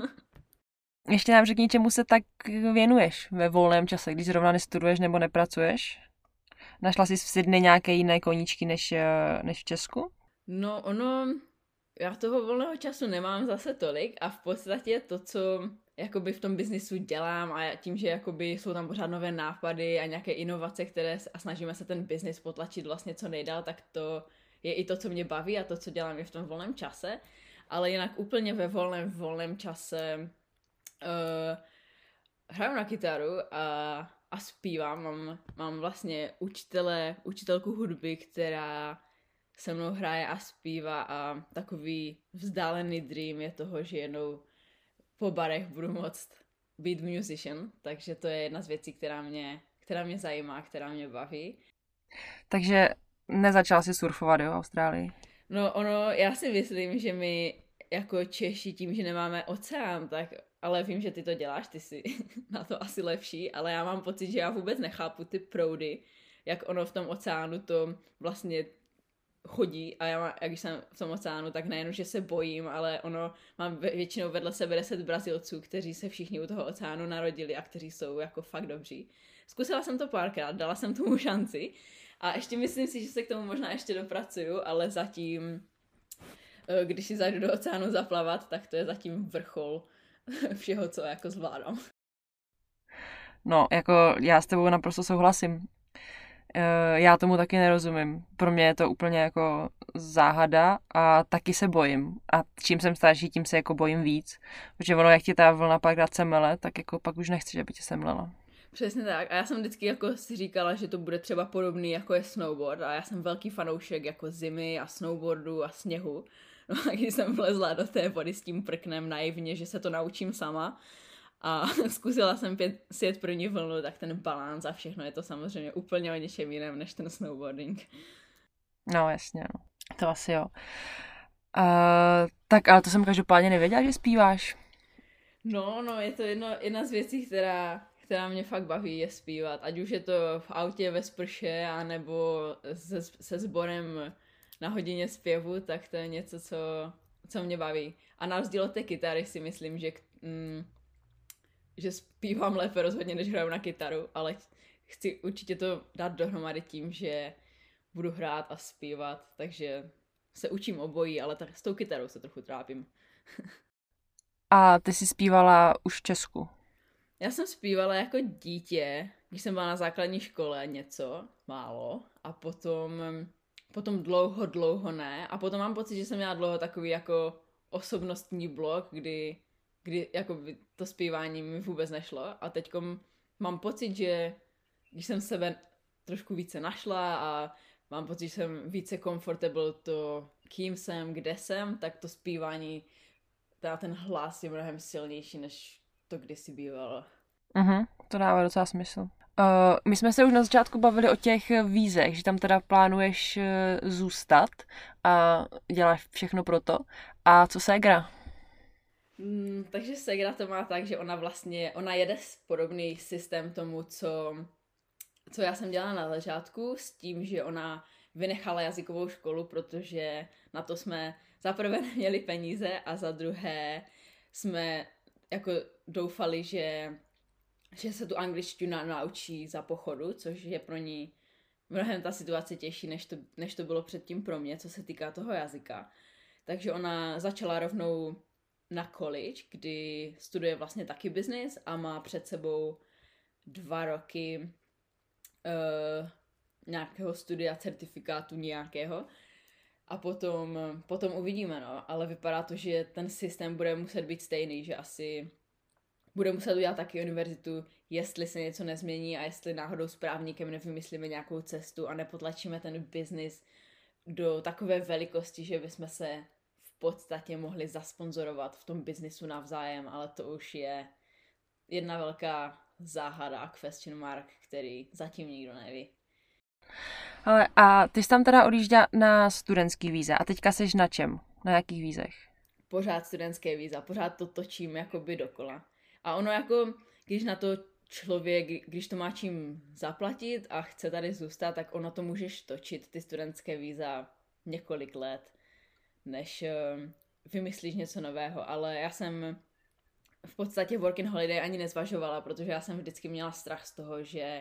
Ještě nám řekni, čemu se tak věnuješ ve volném čase, když zrovna nestuduješ nebo nepracuješ? Našla jsi v Sydney nějaké jiné koníčky než v Česku? No já toho volného času nemám zase tolik a v podstatě to, co jakoby v tom biznisu dělám a tím, že jakoby jsou tam pořád nové nápady a nějaké inovace, a snažíme se ten biznis potlačit vlastně co nejdál, tak to je i to, co mě baví a to, co dělám je v tom volném čase. Ale jinak úplně ve volném čase hraju na kytaru a zpívám. Mám vlastně učitelku hudby, která se mnou hraje a zpívá a takový vzdálený dream je toho, že jednou po barech budu moct být musician, takže to je jedna z věcí, která mě zajímá, která mě baví. Takže nezačala si surfovat, jo, v Austrálii? No já si myslím, že my jako Češi tím, že nemáme oceán, tak, ale vím, že ty to děláš, ty jsi na to asi lepší, ale já mám pocit, že já vůbec nechápu ty proudy, jak ono v tom oceánu to vlastně chodí a já když jsem v tom oceánu, tak nejenom, že se bojím, ale mám většinou vedle sebe 10 Brazilců, kteří se všichni u toho oceánu narodili a kteří jsou jako fakt dobří. Zkusila jsem to párkrát, dala jsem tomu šanci a ještě myslím si, že se k tomu možná ještě dopracuju, ale zatím, když si zajdu do oceánu zaplavat, tak to je zatím vrchol všeho, co jako zvládám. No, jako já s tebou naprosto souhlasím. Já tomu taky nerozumím. Pro mě je to úplně jako záhada a taky se bojím. A čím jsem starší, tím se jako bojím víc. Protože ono, jak ti ta vlna párkrát semele, tak jako pak už nechci, aby tě semlela. Přesně tak. A já jsem vždycky jako si říkala, že to bude třeba podobný jako je snowboard a já jsem velký fanoušek jako zimy a snowboardu a sněhu. No a když jsem vlezla do té vody s tím prknem naivně, že se to naučím sama a zkusila jsem sjet první vlnu, tak ten balans a všechno je to samozřejmě úplně o něčem jiném než ten snowboarding. No jasně, no. To asi jo. Tak ale to jsem každopádně nevěděla, že zpíváš. No, je to jedna z věcí, která mě fakt baví, je zpívat. Ať už je to v autě ve sprše, anebo se sborem na hodině zpěvu, tak to je něco, co mě baví. A na rozdíl od té kytary si myslím, že zpívám lépe rozhodně, než hraju na kytaru, ale chci určitě to dát dohromady tím, že budu hrát a zpívat, takže se učím obojí, ale tak s tou kytarou se trochu trápím. A ty jsi zpívala už v Česku? Já jsem zpívala jako dítě, když jsem byla na základní škole něco, málo, a potom dlouho ne. A potom mám pocit, že jsem měla dlouho takový jako osobnostní blok, kdy jako to zpívání mi vůbec nešlo. A teď mám pocit, že když jsem sebe trošku více našla a mám pocit, že jsem více comfortable to, kým jsem, kde jsem, tak to zpívání, ten hlas je mnohem silnější, než to kdysi bývalo. To dává docela smysl. My jsme se už na začátku bavili o těch vízech, že tam teda plánuješ zůstat a děláš všechno pro to. A co ségra? Takže ségra to má tak, že ona jede podobný systém tomu, co já jsem dělala na začátku, s tím, že ona vynechala jazykovou školu, protože na to jsme za prvé neměli peníze a za druhé jsme jako doufali, že se tu angličtinu naučí za pochodu, což je pro ní mnohem ta situace těžší, než to bylo předtím pro mě, co se týká toho jazyka. Takže ona začala rovnou na college, kdy studuje vlastně taky business a má před sebou 2 roky nějakého studia, certifikátu nějakého. A potom uvidíme, no. Ale vypadá to, že ten systém bude muset být stejný, že asi bude muset udělat taky univerzitu, jestli se něco nezmění a jestli náhodou s právníkem nevymyslíme nějakou cestu a nepotlačíme ten biznis do takové velikosti, že bychom se v podstatě mohli zasponzorovat v tom biznisu navzájem, ale to už je jedna velká záhada a question mark, který zatím nikdo neví. Ale a ty jsi tam teda odjížděla na studentský víza a teďka seš na čem? Na jakých vízech? Pořád studentské víza, pořád to točím jakoby dokola. A ono jako, když na to člověk, když to má čím zaplatit a chce tady zůstat, tak ono to můžeš točit, ty studentské víza, několik let, než vymyslíš něco nového. Ale já jsem v podstatě working holiday ani nezvažovala, protože já jsem vždycky měla strach z toho, že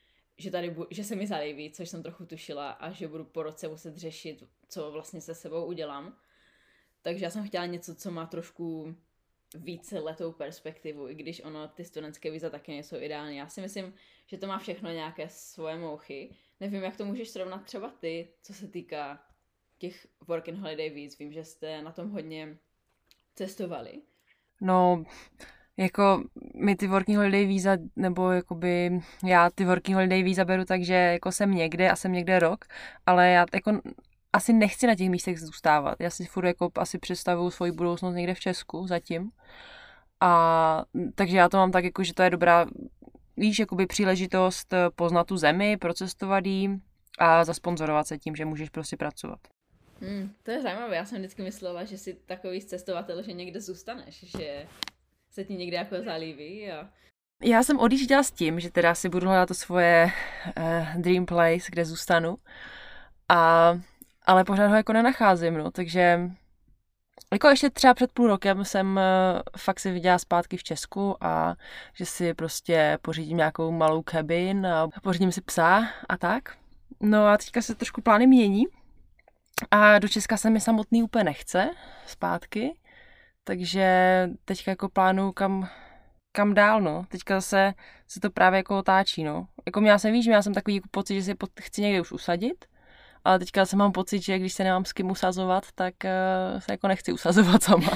se mi zalíbí, což jsem trochu tušila a že budu po roce muset řešit, co vlastně se sebou udělám. Takže já jsem chtěla něco, co má trošku více letou perspektivu, i když ty studentské víza taky nejsou ideální. Já si myslím, že to má všechno nějaké svoje mouchy. Nevím, jak to můžeš srovnat třeba ty, co se týká těch working holiday víz. Vím, že jste na tom hodně cestovali. No, jako my ty working holiday víza, nebo jakoby já ty working holiday víza beru tak, že jako jsem někde rok, ale já jako asi nechci na těch místech zůstávat. Já si furt jako asi představuju svoji budoucnost někde v Česku zatím. A takže já to mám tak, jako, že to je dobrá, víš, jakoby příležitost poznat tu zemi, procestovat jí a zasponzorovat se tím, že můžeš prostě pracovat. To je zajímavé. Já jsem vždycky myslela, že jsi takový cestovatel, že někde zůstaneš, že se ti někde jako zalíbí. Já jsem odjížděla s tím, že teda si budu hledat to svoje dream place, kde zůstanu. Ale pořád ho jako nenacházím, no, takže jako ještě třeba před půl rokem jsem fakt si viděla zpátky v Česku a že si prostě pořídím nějakou malou cabin a pořídím si psa a tak. No a teďka se trošku plány mění a do Česka se mi samotný úplně nechce zpátky, takže teďka jako plánuju kam dál, no. Teďka zase se to právě jako otáčí, no. Jako měla jsem takový jako pocit, že si chci někde už usadit, ale teďka jsem mám pocit, že když se nemám s kým usazovat, tak se jako nechci usazovat sama.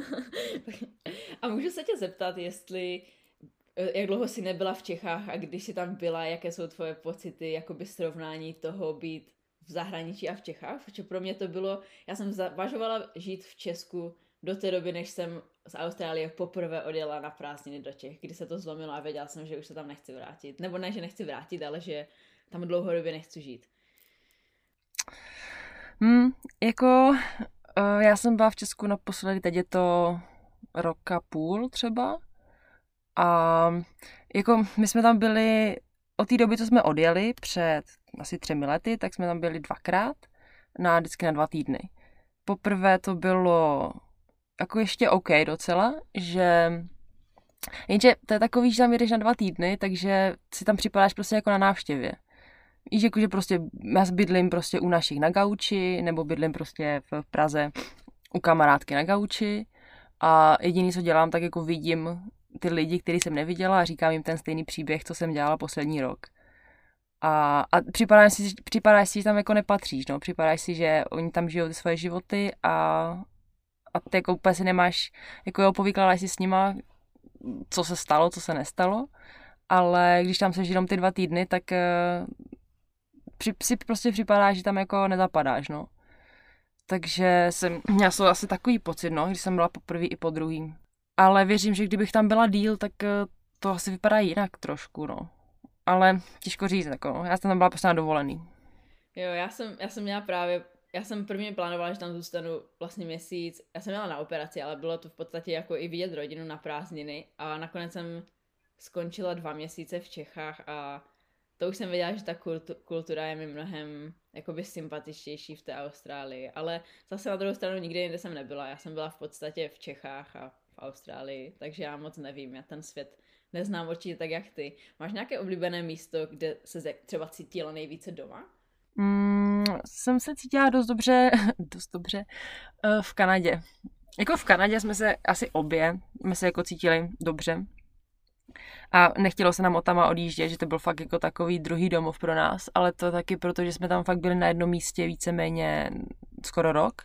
A můžu se tě zeptat, jak dlouho jsi nebyla v Čechách a když jsi tam byla, jaké jsou tvoje pocity, jakoby srovnání toho být v zahraničí a v Čechách? Protože pro mě to bylo, já jsem zvažovala žít v Česku do té doby, než jsem z Austrálie poprvé odjela na prázdniny do Čech, kdy se to zlomilo a věděla jsem, že už se tam nechci vrátit. Nebo ne, že nechci vrátit, ale že tam dlouhodobě nechci žít. Já jsem byla v Česku naposledy, teď je to 1,5 roku třeba. A jako my jsme tam byli, od té doby, co jsme odjeli před asi 3 lety, tak jsme tam byli 2krát, vždycky na 2 týdny. Poprvé to bylo jako ještě OK docela, jenže to je takový, že tam jedeš na 2 týdny, takže si tam připadáš prostě jako na návštěvě. Víš, jakože prostě já bydlím prostě u našich na gauči, nebo bydlím prostě v Praze u kamarádky na gauči a jediný, co dělám, tak jako vidím ty lidi, který jsem neviděla a říkám jim ten stejný příběh, co jsem dělala poslední rok. A připadáš si, že tam jako nepatříš, no. Připadáš si, že oni tam žijou ty svoje životy a ty jako úplně si nemáš, jako jo, povykládáš si s nima, co se stalo, co se nestalo, ale když tam seš jenom ty 2 týdny, tak si prostě připadá, že tam jako nezapadáš, no. Takže měla jsem asi takový pocit, no, když jsem byla poprvé i po druhý. Ale věřím, že kdybych tam byla díl, tak to asi vypadá jinak trošku, no. Ale těžko říct, jako, já jsem tam byla prostě na dovolený. Jo, já jsem prvně plánovala, že tam zůstanu vlastně měsíc. Já jsem měla na operaci, ale bylo to v podstatě jako i vidět rodinu na prázdniny a nakonec jsem skončila 2 měsíce v Čechách a to už jsem věděla, že ta kultura je mi mnohem jakoby sympatičtější v té Austrálii, ale zase na druhou stranu nikde jinde jsem nebyla. Já jsem byla v podstatě v Čechách a v Austrálii, takže já moc nevím, já ten svět neznám určitě tak, jak ty. Máš nějaké oblíbené místo, kde se třeba cítila nejvíce doma? Jsem se cítila dost dobře v Kanadě. Jako v Kanadě jsme se asi obě, jsme se jako cítili dobře. A nechtělo se nám o tam odjíždět, že to byl fakt jako takový druhý domov pro nás, ale to taky proto, že jsme tam fakt byli na jednom místě víceméně skoro rok.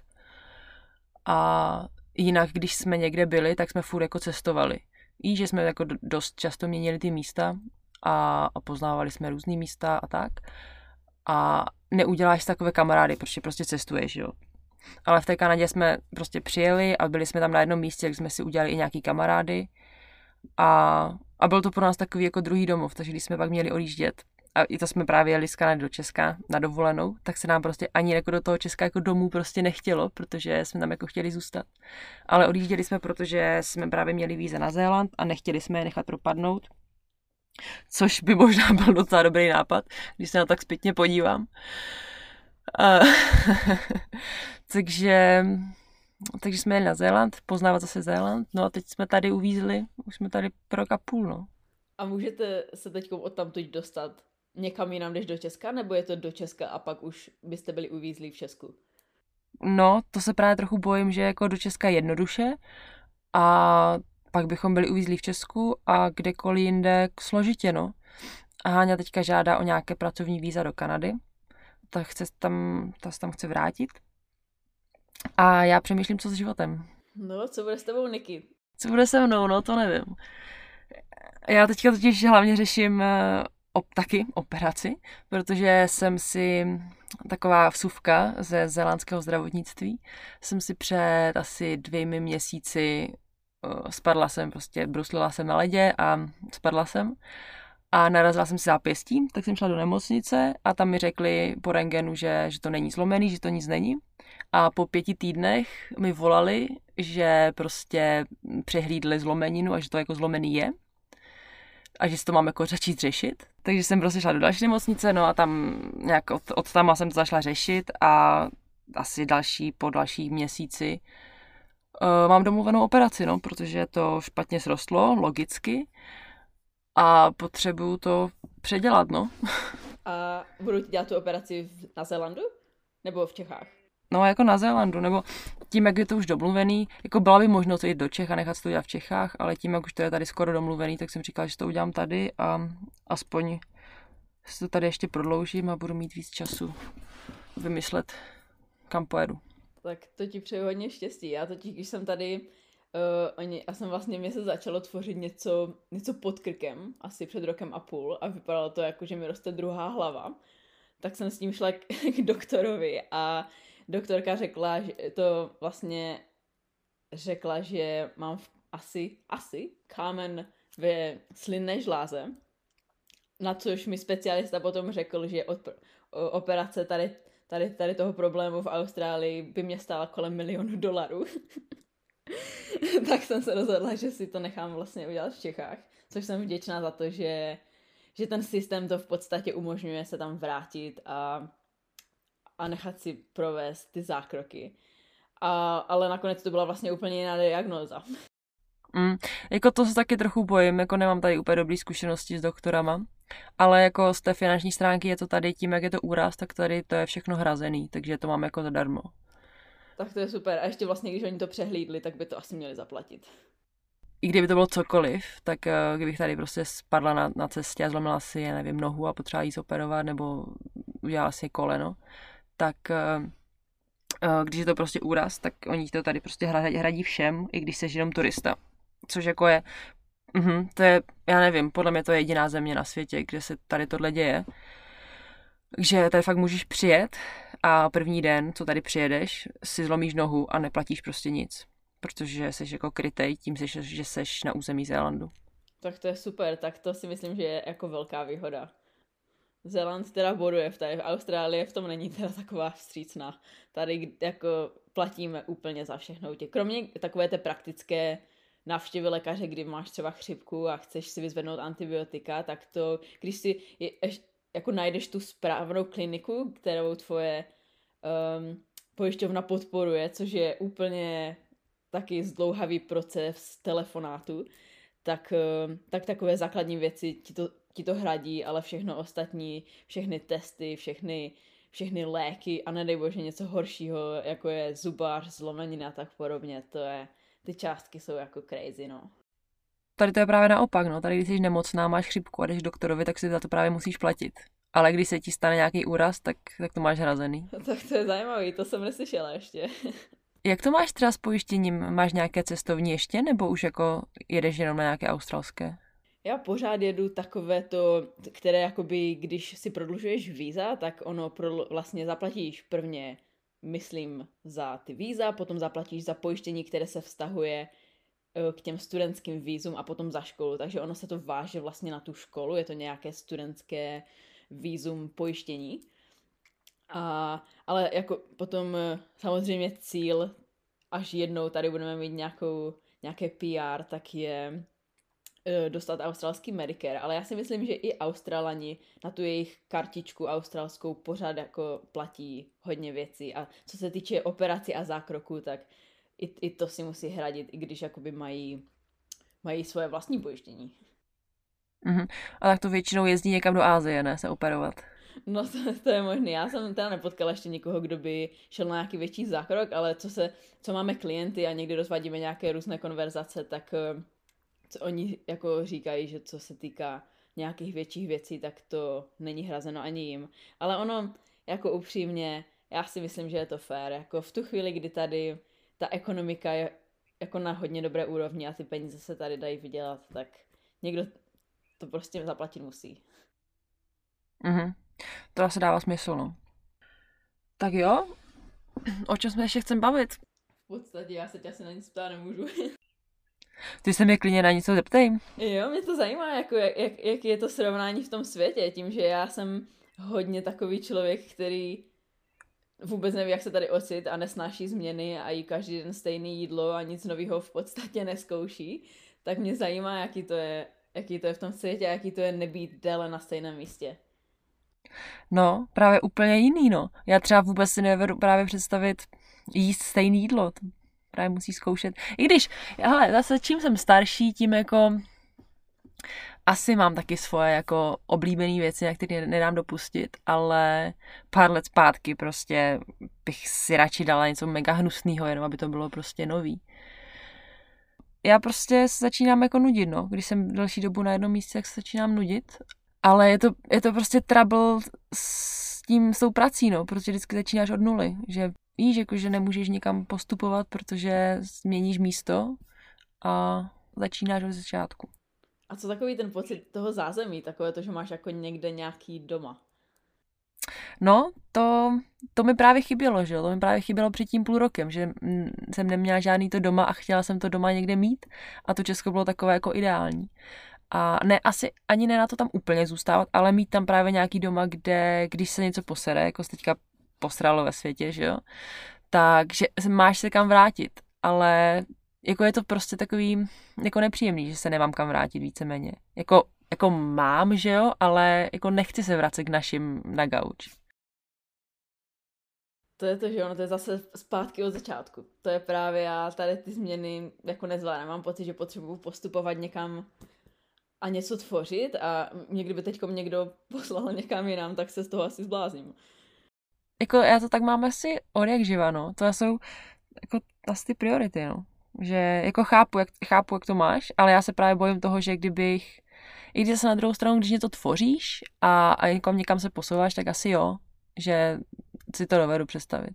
A jinak, když jsme někde byli, tak jsme furt jako cestovali. I že jsme jako dost často měnili ty místa a poznávali jsme různý místa a tak. A neuděláš takové kamarády, protože prostě cestuješ, jo. Ale v té Kanadě jsme prostě přijeli a byli jsme tam na jednom místě, kde jsme si udělali i nějaký kamarády. A byl to pro nás takový jako druhý domov, takže když jsme pak měli odjíždět, a i to jsme právě jeli z Kanady do Česka na dovolenou, tak se nám prostě ani jako do toho Česka jako domů prostě nechtělo, protože jsme tam jako chtěli zůstat. Ale odjížděli jsme, protože jsme právě měli víza na Zéland a nechtěli jsme je nechat propadnout, což by možná byl docela dobrý nápad, když se na to tak zpětně podívám. Takže jsme jeli na Zéland, poznávat zase Zéland, no a teď jsme tady uvízli, už jsme tady pro rok a půl, no. A můžete se teď odtamtud dostat někam jinam než do Česka, nebo je to do Česka a pak už byste byli uvízlí v Česku? No, to se právě trochu bojím, že jako do Česka jednoduše a pak bychom byli uvízlí v Česku a kdekoliv jinde složitě, no. A Háňa teďka žádá o nějaké pracovní víza do Kanady, ta se tam chce vrátit. A já přemýšlím, co s životem. No, co bude s tebou, Niky? Co bude se mnou, no, to nevím. Já teďka totiž hlavně řeším taky operaci, protože jsem si taková vsuvka ze zélandského zdravotnictví. Jsem si před asi 2 měsíci spadla jsem, prostě bruslila jsem na ledě a spadla jsem. A narazila jsem si zápěstí, tak jsem šla do nemocnice a tam mi řekli po rentgenu, že to není zlomený, že to nic není. A po 5 týdnech mi volali, že prostě přehlídli zlomeninu a že to jako zlomený je. A že si to mám jako začít řešit. Takže jsem prostě šla do další nemocnice, no a tam nějak od tam jsem to začala řešit a asi po další měsíci mám domluvenou operaci, no, protože to špatně srostlo, logicky. A potřebuju to předělat, no. A budou ti dělat tu operaci na Zélandu? Nebo v Čechách? No, jako na Zélandu, nebo tím, jak je to už domluvený, jako byla by možnost jít do Čech a nechat to dělat v Čechách, ale tím, jak už to je tady skoro domluvený, tak jsem říkala, že to udělám tady a aspoň si to tady ještě prodloužím a budu mít víc času vymyslet, kam pojedu. Tak to ti přeju hodně štěstí. Já totiž, když jsem tady, mě se začalo tvořit něco pod krkem, asi před 1,5 rokem a vypadalo to jako, že mi roste druhá hlava. Tak jsem s tím šla k doktorovi a doktorka řekla, že mám asi kámen ve slinné žláze, na což mi specialista potom řekl, že operace tady toho problému v Austrálii by mě stála kolem $1 000 000. Tak jsem se rozhodla, že si to nechám vlastně udělat v Čechách, což jsem vděčná za to, že ten systém to v podstatě umožňuje se tam vrátit a nechat si provést ty zákroky. Ale nakonec to byla vlastně úplně jiná diagnóza. Jako to se taky trochu bojím, jako nemám tady úplně dobrý zkušenosti s doktorama, ale jako z té finanční stránky je to tady tím, jak je to úraz, tak tady to je všechno hrazený, takže to mám jako zadarmo. Tak to je super. A ještě vlastně, když oni to přehlídli, tak by to asi měli zaplatit. I kdyby to bylo cokoliv, tak kdybych tady prostě spadla na cestě a zlomila si, já nevím, nohu a potřeba jí zoperovat nebo udělala si koleno, tak když je to prostě úraz, tak oni to tady prostě hradí všem, i když jsi jenom turista. Což jako je, to je, já nevím, podle mě to je jediná země na světě, kde se tady tohle děje. Takže tady fakt můžeš přijet a první den, co tady přijedeš, si zlomíš nohu a neplatíš prostě nic. Protože jsi jako krytej tím, že jsi na území Zélandu. Tak to je super, tak to si myslím, že je jako velká výhoda. Zéland teda boduje v té, Austrálie v tom není teda taková vstřícná. Tady jako platíme úplně za všechno. Kromě takové té praktické návštěvy lékaře, kdy máš třeba chřipku a chceš si vyzvednout antibiotika, tak to, když si jako najdeš tu správnou kliniku, kterou tvoje pojišťovna podporuje, což je úplně taky zdlouhavý proces telefonátu, tak takové základní věci ti to hradí, ale všechno ostatní, všechny testy, všechny léky a nedej bože něco horšího, jako je zubář, zlomenina a tak podobně, ty částky jsou jako crazy, no. Tady to je právě naopak, no. Tady když jsi nemocná, máš chřipku a jdeš k doktorovi, tak si za to právě musíš platit. Ale když se ti stane nějaký úraz, tak to máš hrazený. Tak to je zajímavý, to jsem neslyšela ještě. Jak to máš třeba s pojištěním? Máš nějaké cestovní ještě, nebo už jako jedeš jenom na nějaké australské? Já pořád jedu takové to, které jakoby, když si prodlužuješ víza, tak ono vlastně zaplatíš prvně, myslím, za ty víza, potom zaplatíš za pojištění, které se vztahuje k těm studentským vízum a potom za školu, takže ono se to váže vlastně na tu školu, je to nějaké studentské vízum pojištění. Ale jako potom samozřejmě cíl, až jednou tady budeme mít nějaké PR, tak je dostat australský Medicare, ale já si myslím, že i Australani na tu jejich kartičku australskou pořád jako platí hodně věcí a co se týče operací a zákroků, tak i to si musí hradit, i když jakoby mají svoje vlastní pojištění. A tak to většinou jezdí někam do Asie, ne, se operovat. No to je možný. Já jsem teda nepotkala ještě nikoho, kdo by šel na nějaký větší zákrok, ale co máme klienty a někdy rozvádíme nějaké různé konverzace, tak co oni jako říkají, že co se týká nějakých větších věcí, tak to není hrazeno ani jim. Ale ono, jako upřímně, já si myslím, že je to fér. Jako v tu chvíli, kdy tady ta ekonomika je jako na hodně dobré úrovni a ty peníze se tady dají vydělat, tak někdo to prostě zaplatit musí. To asi dává smysl, no. Tak jo, o čem jsme ještě chceme bavit? V podstatě já se tě asi na nic ptát nemůžu. Ty se mě klidně na něco zeptej. Jo, mě to zajímá, jako jak je to srovnání v tom světě, tím, že já jsem hodně takový člověk, který vůbec neví, jak se tady ocit a nesnáší změny a jí každý den stejné jídlo a nic nového v podstatě neskouší, tak mě zajímá, jaký to je v tom světě a jaký to je nebýt déle na stejném místě. No, právě úplně jiný, no. Já třeba vůbec si nevedu právě představit jíst stejné jídlo. To právě musí zkoušet. I když, hele, zase čím jsem starší, tím jako asi mám taky svoje jako oblíbené věci, na které nedám dopustit, ale pár let zpátky prostě bych si radši dala něco mega hnusného, jenom aby to bylo prostě nový. Já prostě se začínám jako nudit, no. Když jsem delší dobu na jednom místě, tak se začínám nudit. Ale je to prostě trouble s tou prací, no, protože vždycky začínáš od nuly, že víš, jako, že nemůžeš nikam postupovat, protože změníš místo a začínáš od začátku. A co takový ten pocit toho zázemí, takové to, že máš jako někde nějaký doma? No, to mi právě chybělo, že jo, to mi právě chybělo před tím půl rokem, že jsem neměla žádný to doma a chtěla jsem to doma někde mít a to Česko bylo takové jako ideální. A ne, asi ani ne na to tam úplně zůstávat, ale mít tam právě nějaký doma, kde, když se něco posere, jako se teďka posralo ve světě, že jo, takže máš se kam vrátit, ale jako je to prostě takový jako nepříjemný, že se nemám kam vrátit víceméně. Jako mám, že jo, ale jako nechci se vracet k našim na gauč. To je to, že ono to je zase zpátky od začátku. To je právě, já tady ty změny jako nezvládám. Mám pocit, že potřebuji postupovat někam a něco tvořit a kdyby teďkom někdo poslal někam jinam, tak se z toho asi zblázním. Jako já to tak mám asi od jak živa, no. To jsou jako asi ty priority, no. Že jako chápu, jak to máš, ale já se právě bojím toho, že i když se na druhou stranu, když něco tvoříš a někam se posouváš, tak asi jo, že si to dovedu představit.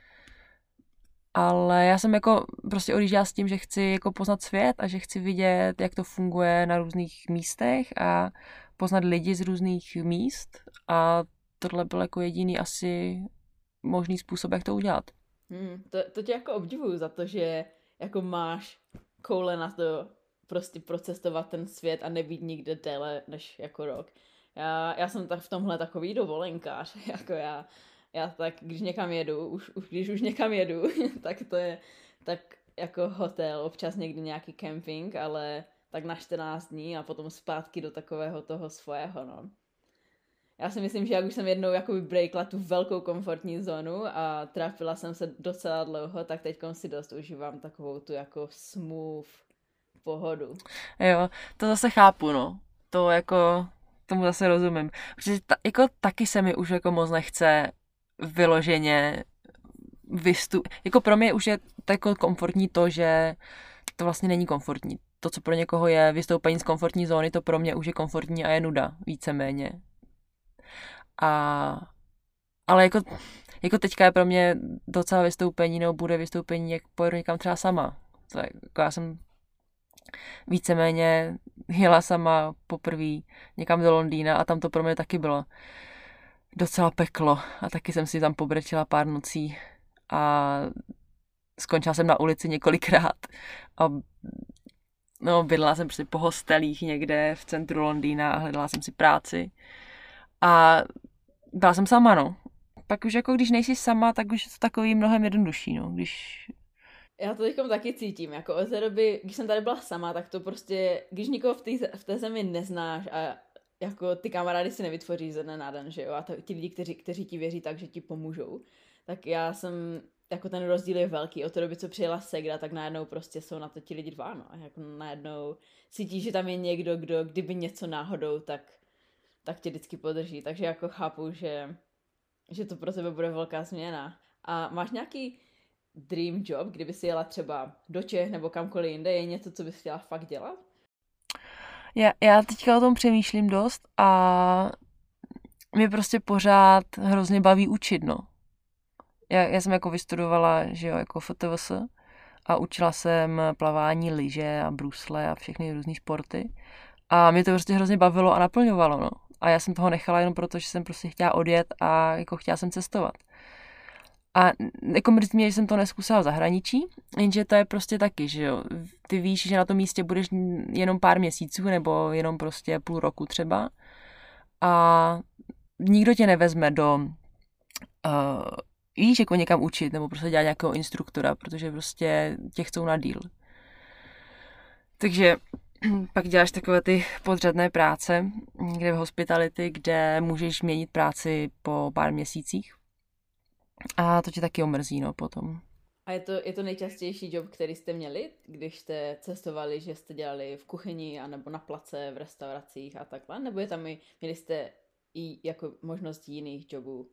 Ale já jsem jako prostě odjížděla s tím, že chci jako poznat svět a že chci vidět, jak to funguje na různých místech a poznat lidi z různých míst a tohle byl jako jediný asi možný způsob, jak to udělat. To tě jako obdivuju za to, že jako máš koule na to prostě procestovat ten svět a nebýt nikde déle než jako rok. Já jsem tak v tomhle takový dovolenkář, jako já tak, když někam jedu, když už někam jedu, tak to je tak jako hotel, občas někdy nějaký camping, ale tak na 14 dní a potom zpátky do takového toho svého, no. Já si myslím, že jak už jsem jednou jakoby breakla tu velkou komfortní zónu a trápila jsem se docela dlouho, tak teďkom si dost užívám takovou tu jako smooth pohodu. Jo, to zase chápu, no. To jako, tomu zase rozumím. Protože jako taky se mi už jako moc nechce vyloženě jako pro mě už je to jako komfortní to, že to vlastně není komfortní. To, co pro někoho je vystoupení z komfortní zóny, to pro mě už je komfortní a je nuda, víceméně. Ale jako teďka je pro mě docela vystoupení, nebo bude vystoupení, jak pojedu někam třeba sama. To je, jako já jsem víceméně jela sama poprvé někam do Londýna a tam to pro mě taky bylo docela peklo a taky jsem si tam pobrečela pár nocí a skončila jsem na ulici několikrát a no, bydlela jsem prostě po hostelích někde v centru Londýna a hledala jsem si práci a byla jsem sama, no. Pak už jako když nejsi sama, tak už je to takový mnohem jednodušší, no. Já to teďkom taky cítím, jako od té doby, když jsem tady byla sama, tak to prostě, když nikoho v té zemi neznáš a jako ty kamarády si nevytvoří ze dne na den, že jo, a ti lidi, kteří ti věří tak, že ti pomůžou, tak já jsem, jako ten rozdíl je velký, od té doby, co přijela Segra, tak najednou prostě jsou na to ti lidi dva, no, a jako najednou cítíš, že tam je někdo, kdo kdyby něco náhodou, tak tě vždycky podrží, takže jako chápu, že to pro tebe bude velká změna. A máš nějaký dream job, kdyby si jela třeba do Čech nebo kamkoliv jinde, je něco, co bys chtěla fakt dělat? Já teďka o tom přemýšlím dost a mě prostě pořád hrozně baví učit, no. Já jsem jako vystudovala, že jo, jako FTVS a učila jsem plavání, lyže a brusle a všechny různý sporty a mě to prostě hrozně bavilo a naplňovalo, no. A já jsem toho nechala jenom proto, že jsem prostě chtěla odjet a jako chtěla jsem cestovat. A jako mrzí mě, že jsem to neskusila v zahraničí, jenže to je prostě taky, že jo. Ty víš, že na tom místě budeš jenom pár měsíců nebo jenom prostě půl roku třeba a nikdo tě nevezme víš, jako někam učit nebo prostě dělat nějakého instruktora, protože prostě tě chcou na díl. Takže pak děláš takové ty podřadné práce, kde v hospitality, kde můžeš měnit práci po pár měsících. A to tě taky omrzí, no, potom. A je to nejčastější job, který jste měli, když jste cestovali, že jste dělali v kuchyni, anebo na place, v restauracích a takhle? Nebo měli jste i jako možnost jiných jobů?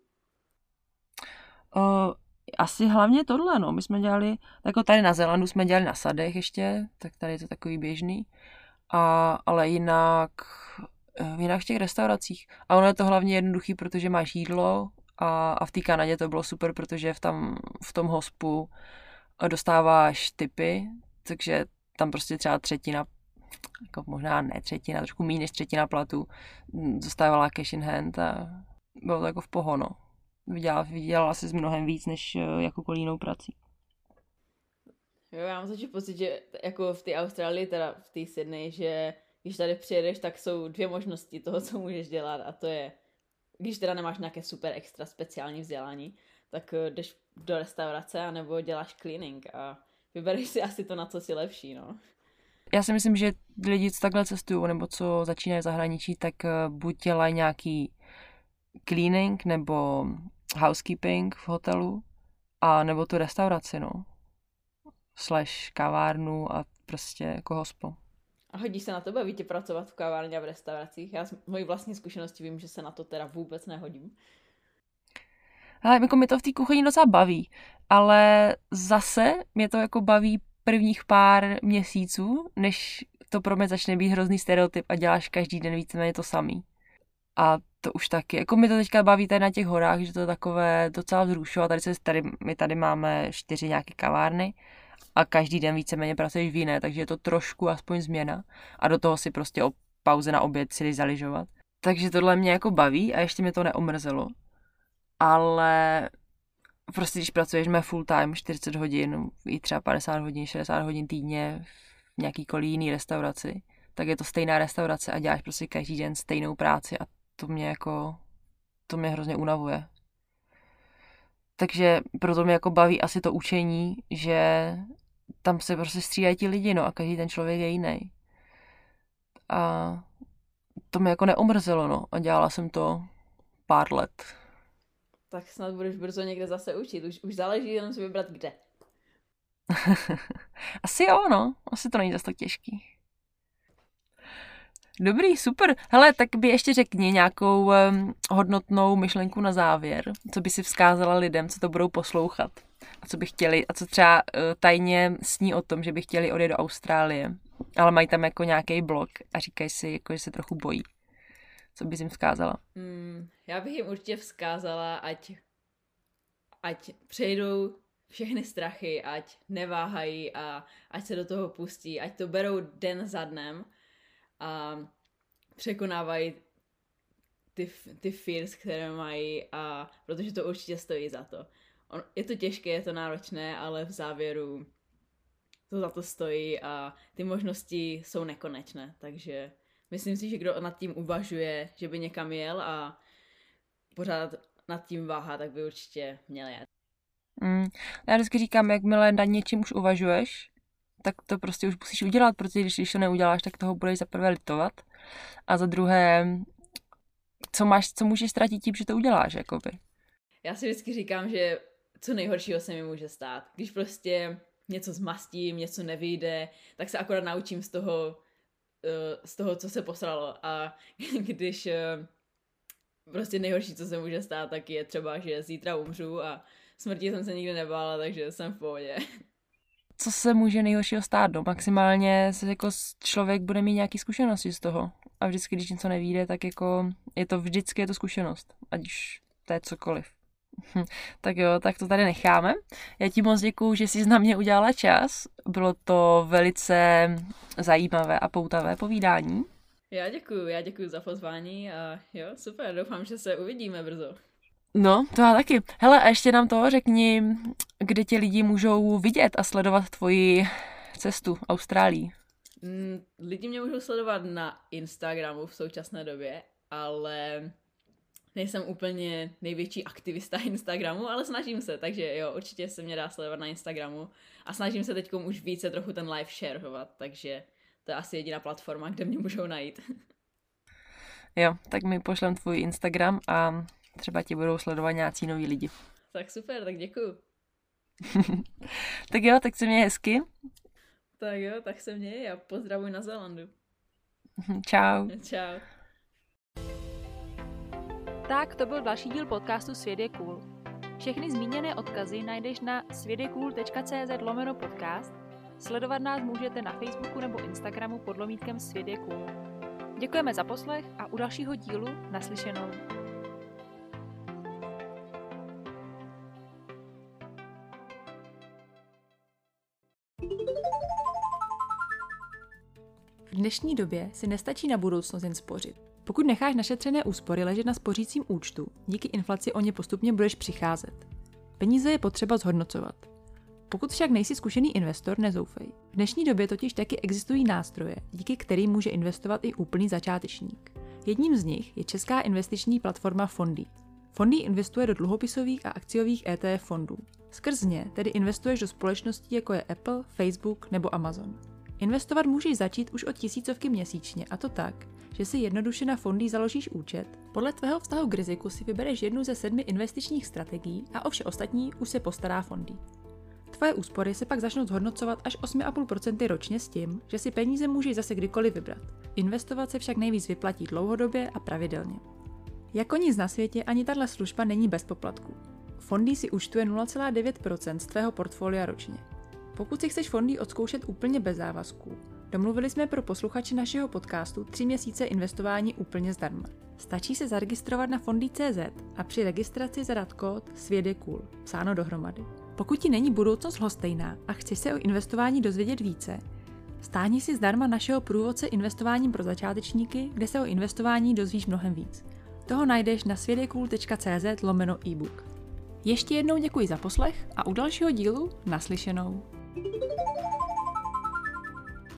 Asi hlavně tohle, no. My jsme dělali, jako tady na Zélandu jsme dělali na sadech ještě, tak tady je to takový běžný. Ale jinak v těch restauracích. A ono je to hlavně jednoduchý, protože máš jídlo a v té Kanadě to bylo super, protože v tom hospu dostáváš tipy, takže tam prostě třeba třetina, jako možná ne třetina, trošku méně než třetina platu dostávala cash in hand a bylo to jako v pohono. Vydělala si mnohem víc než jakoukoliv jinou prací. Jo, já mám začít pocit, že jako v té Austrálii, teda v té Sydney, že když tady přijedeš, tak jsou dvě možnosti toho, co můžeš dělat a to je, když teda nemáš nějaké super extra speciální vzdělání, tak jdeš do restaurace anebo děláš cleaning a vybereš si asi to, na co si lepší, no. Já si myslím, že lidi, co takhle cestují nebo co začínají v zahraničí, tak buď dělají nějaký cleaning nebo housekeeping v hotelu A nebo tu restauraci, no. / kavárnu a prostě jako hospo. A hodí se na to, baví tě pracovat v kavárně a v restauracích? Já z mojí vlastní zkušenosti vím, že se na to teda vůbec nehodím. Ale jako mi to v té kuchyni docela baví, ale zase mě to jako baví prvních pár měsíců, než to pro mě začne být hrozný stereotyp a děláš každý den víceméně to samý. A to už taky. Jako mi to teďka baví tady na těch horách, že to je takové docela vzrušové. My tady máme 4 nějaké kavárny a každý den víceméně pracuješ v jiné, takže je to trošku aspoň změna. A do toho si prostě o pauze na oběd si jdeš zaližovat. Takže tohle mě jako baví a ještě mě to neomrzelo. Ale prostě když pracuješ full time, 40 hodin, i třeba 50 hodin, 60 hodin týdně v nějakýkoliv jiný restauraci, tak je to stejná restaurace a děláš prostě každý den stejnou práci a to mě hrozně unavuje. Takže proto mě jako baví asi to učení, že tam se prostě střídají ti lidi, no, a každý ten člověk je jiný. A to mě jako neomrzelo, no, a dělala jsem to pár let. Tak snad budeš brzo někde zase učit. Už záleží jenom si vybrat kde. Asi jo, no. Asi to není zase tak těžký. Dobrý, super. Hele, tak by ještě řekni nějakou hodnotnou myšlenku na závěr, co by si vzkázala lidem, co to budou poslouchat a co by chtěli, a co třeba tajně sní o tom, že by chtěli odjet do Austrálie, ale mají tam jako nějaký blog a říkají si, jako, že se trochu bojí. Co bys jim vzkázala? Já bych jim určitě vzkázala, ať přejdou všechny strachy, ať neváhají a ať se do toho pustí, ať to berou den za dnem a překonávají ty fears, které mají, a protože to určitě stojí za to. Je to těžké, je to náročné, ale v závěru to za to stojí a ty možnosti jsou nekonečné, takže myslím si, že kdo nad tím uvažuje, že by někam jel a pořád nad tím váhá, tak by určitě měl jet. Já vždycky říkám, jakmile nad něčím už uvažuješ, tak to prostě už musíš udělat, protože když to neuděláš, tak toho budeš za prvé litovat a za druhé, co můžeš ztratit tím, že to uděláš, jakoby. Já si vždycky říkám, že co nejhoršího se mi může stát. Když prostě něco zmastím, něco nevyjde, tak se akorát naučím z toho, co se posralo. A když prostě nejhorší, co se může stát, tak je třeba, že zítra umřu a smrti jsem se nikdy nebála, takže jsem v pohodě. Co se může nejhoršího stát? No, maximálně se jako člověk bude mít nějaké zkušenosti z toho. A vždycky, když něco nevyjde, tak jako je to zkušenost. Ať už to je cokoliv. Tak jo, tak to tady necháme. Já ti moc děkuju, že jsi na mě udělala čas. Bylo to velice zajímavé a poutavé povídání. Já děkuju za pozvání a jo, super, doufám, že se uvidíme brzo. No, to já taky. Hele, a ještě nám to řekni, kde tě lidi můžou vidět a sledovat tvoji cestu Austrálii. Lidi mě můžou sledovat na Instagramu v současné době, ale nejsem úplně největší aktivista Instagramu, ale snažím se, takže jo, určitě se mě dá sledovat na Instagramu a snažím se teďkom už více trochu ten live shareovat, takže to je asi jediná platforma, kde mě můžou najít. Jo, tak mi pošlem tvůj Instagram a třeba ti budou sledovat nějací noví lidi. Tak super, tak děkuju. Tak jo, tak se měj hezky. Tak jo, tak se měj a pozdravuj na Zélandu. Čau. Čau. Tak to byl další díl podcastu Svět je cool. Všechny zmíněné odkazy najdeš na světjecool.cz/podcast. Sledovat nás můžete na Facebooku nebo Instagramu pod lomítkem Svět je cool. Děkujeme za poslech a u dalšího dílu naslyšenou. V dnešní době si nestačí na budoucnost jen spořit. Pokud necháš našetřené úspory ležet na spořícím účtu, díky inflaci o ně postupně budeš přicházet. Peníze je potřeba zhodnocovat. Pokud však nejsi zkušený investor, nezoufej. V dnešní době totiž taky existují nástroje, díky kterým může investovat i úplný začátečník. Jedním z nich je česká investiční platforma Fondit. Fondit investuje do dluhopisových a akciových ETF fondů. Skrz ně tedy investuješ do společností jako je Apple, Facebook nebo Amazon. Investovat můžeš začít už od 1000 měsíčně, a to tak, že si jednoduše na fondy založíš účet, podle tvého vztahu k riziku si vybereš jednu ze 7 investičních strategií a o vše ostatní už se postará fondy. Tvoje úspory se pak začnou zhodnocovat až 8,5% ročně s tím, že si peníze můžeš zase kdykoliv vybrat. Investovat se však nejvíc vyplatí dlouhodobě a pravidelně. Jako nic na světě ani tahle služba není bez poplatků. Fondy si účtuje 0,9% z tvého portfolia ročně. Pokud si chceš fondy odzkoušet úplně bez závazků, domluvili jsme pro posluchače našeho podcastu 3 měsíce investování úplně zdarma. Stačí se zaregistrovat na fondy.cz a při registraci zadat kód SVIET-JE-COOL, psáno dohromady. Pokud ti není budoucnost lhostejná a chceš se o investování dozvědět více, stáhni si zdarma našeho průvodce investováním pro začátečníky, kde se o investování dozvíš mnohem víc. Toho najdeš na svietjecool.cz/ebook. Ještě jednou děkuji za poslech a u dalšího dílu naslyšenou.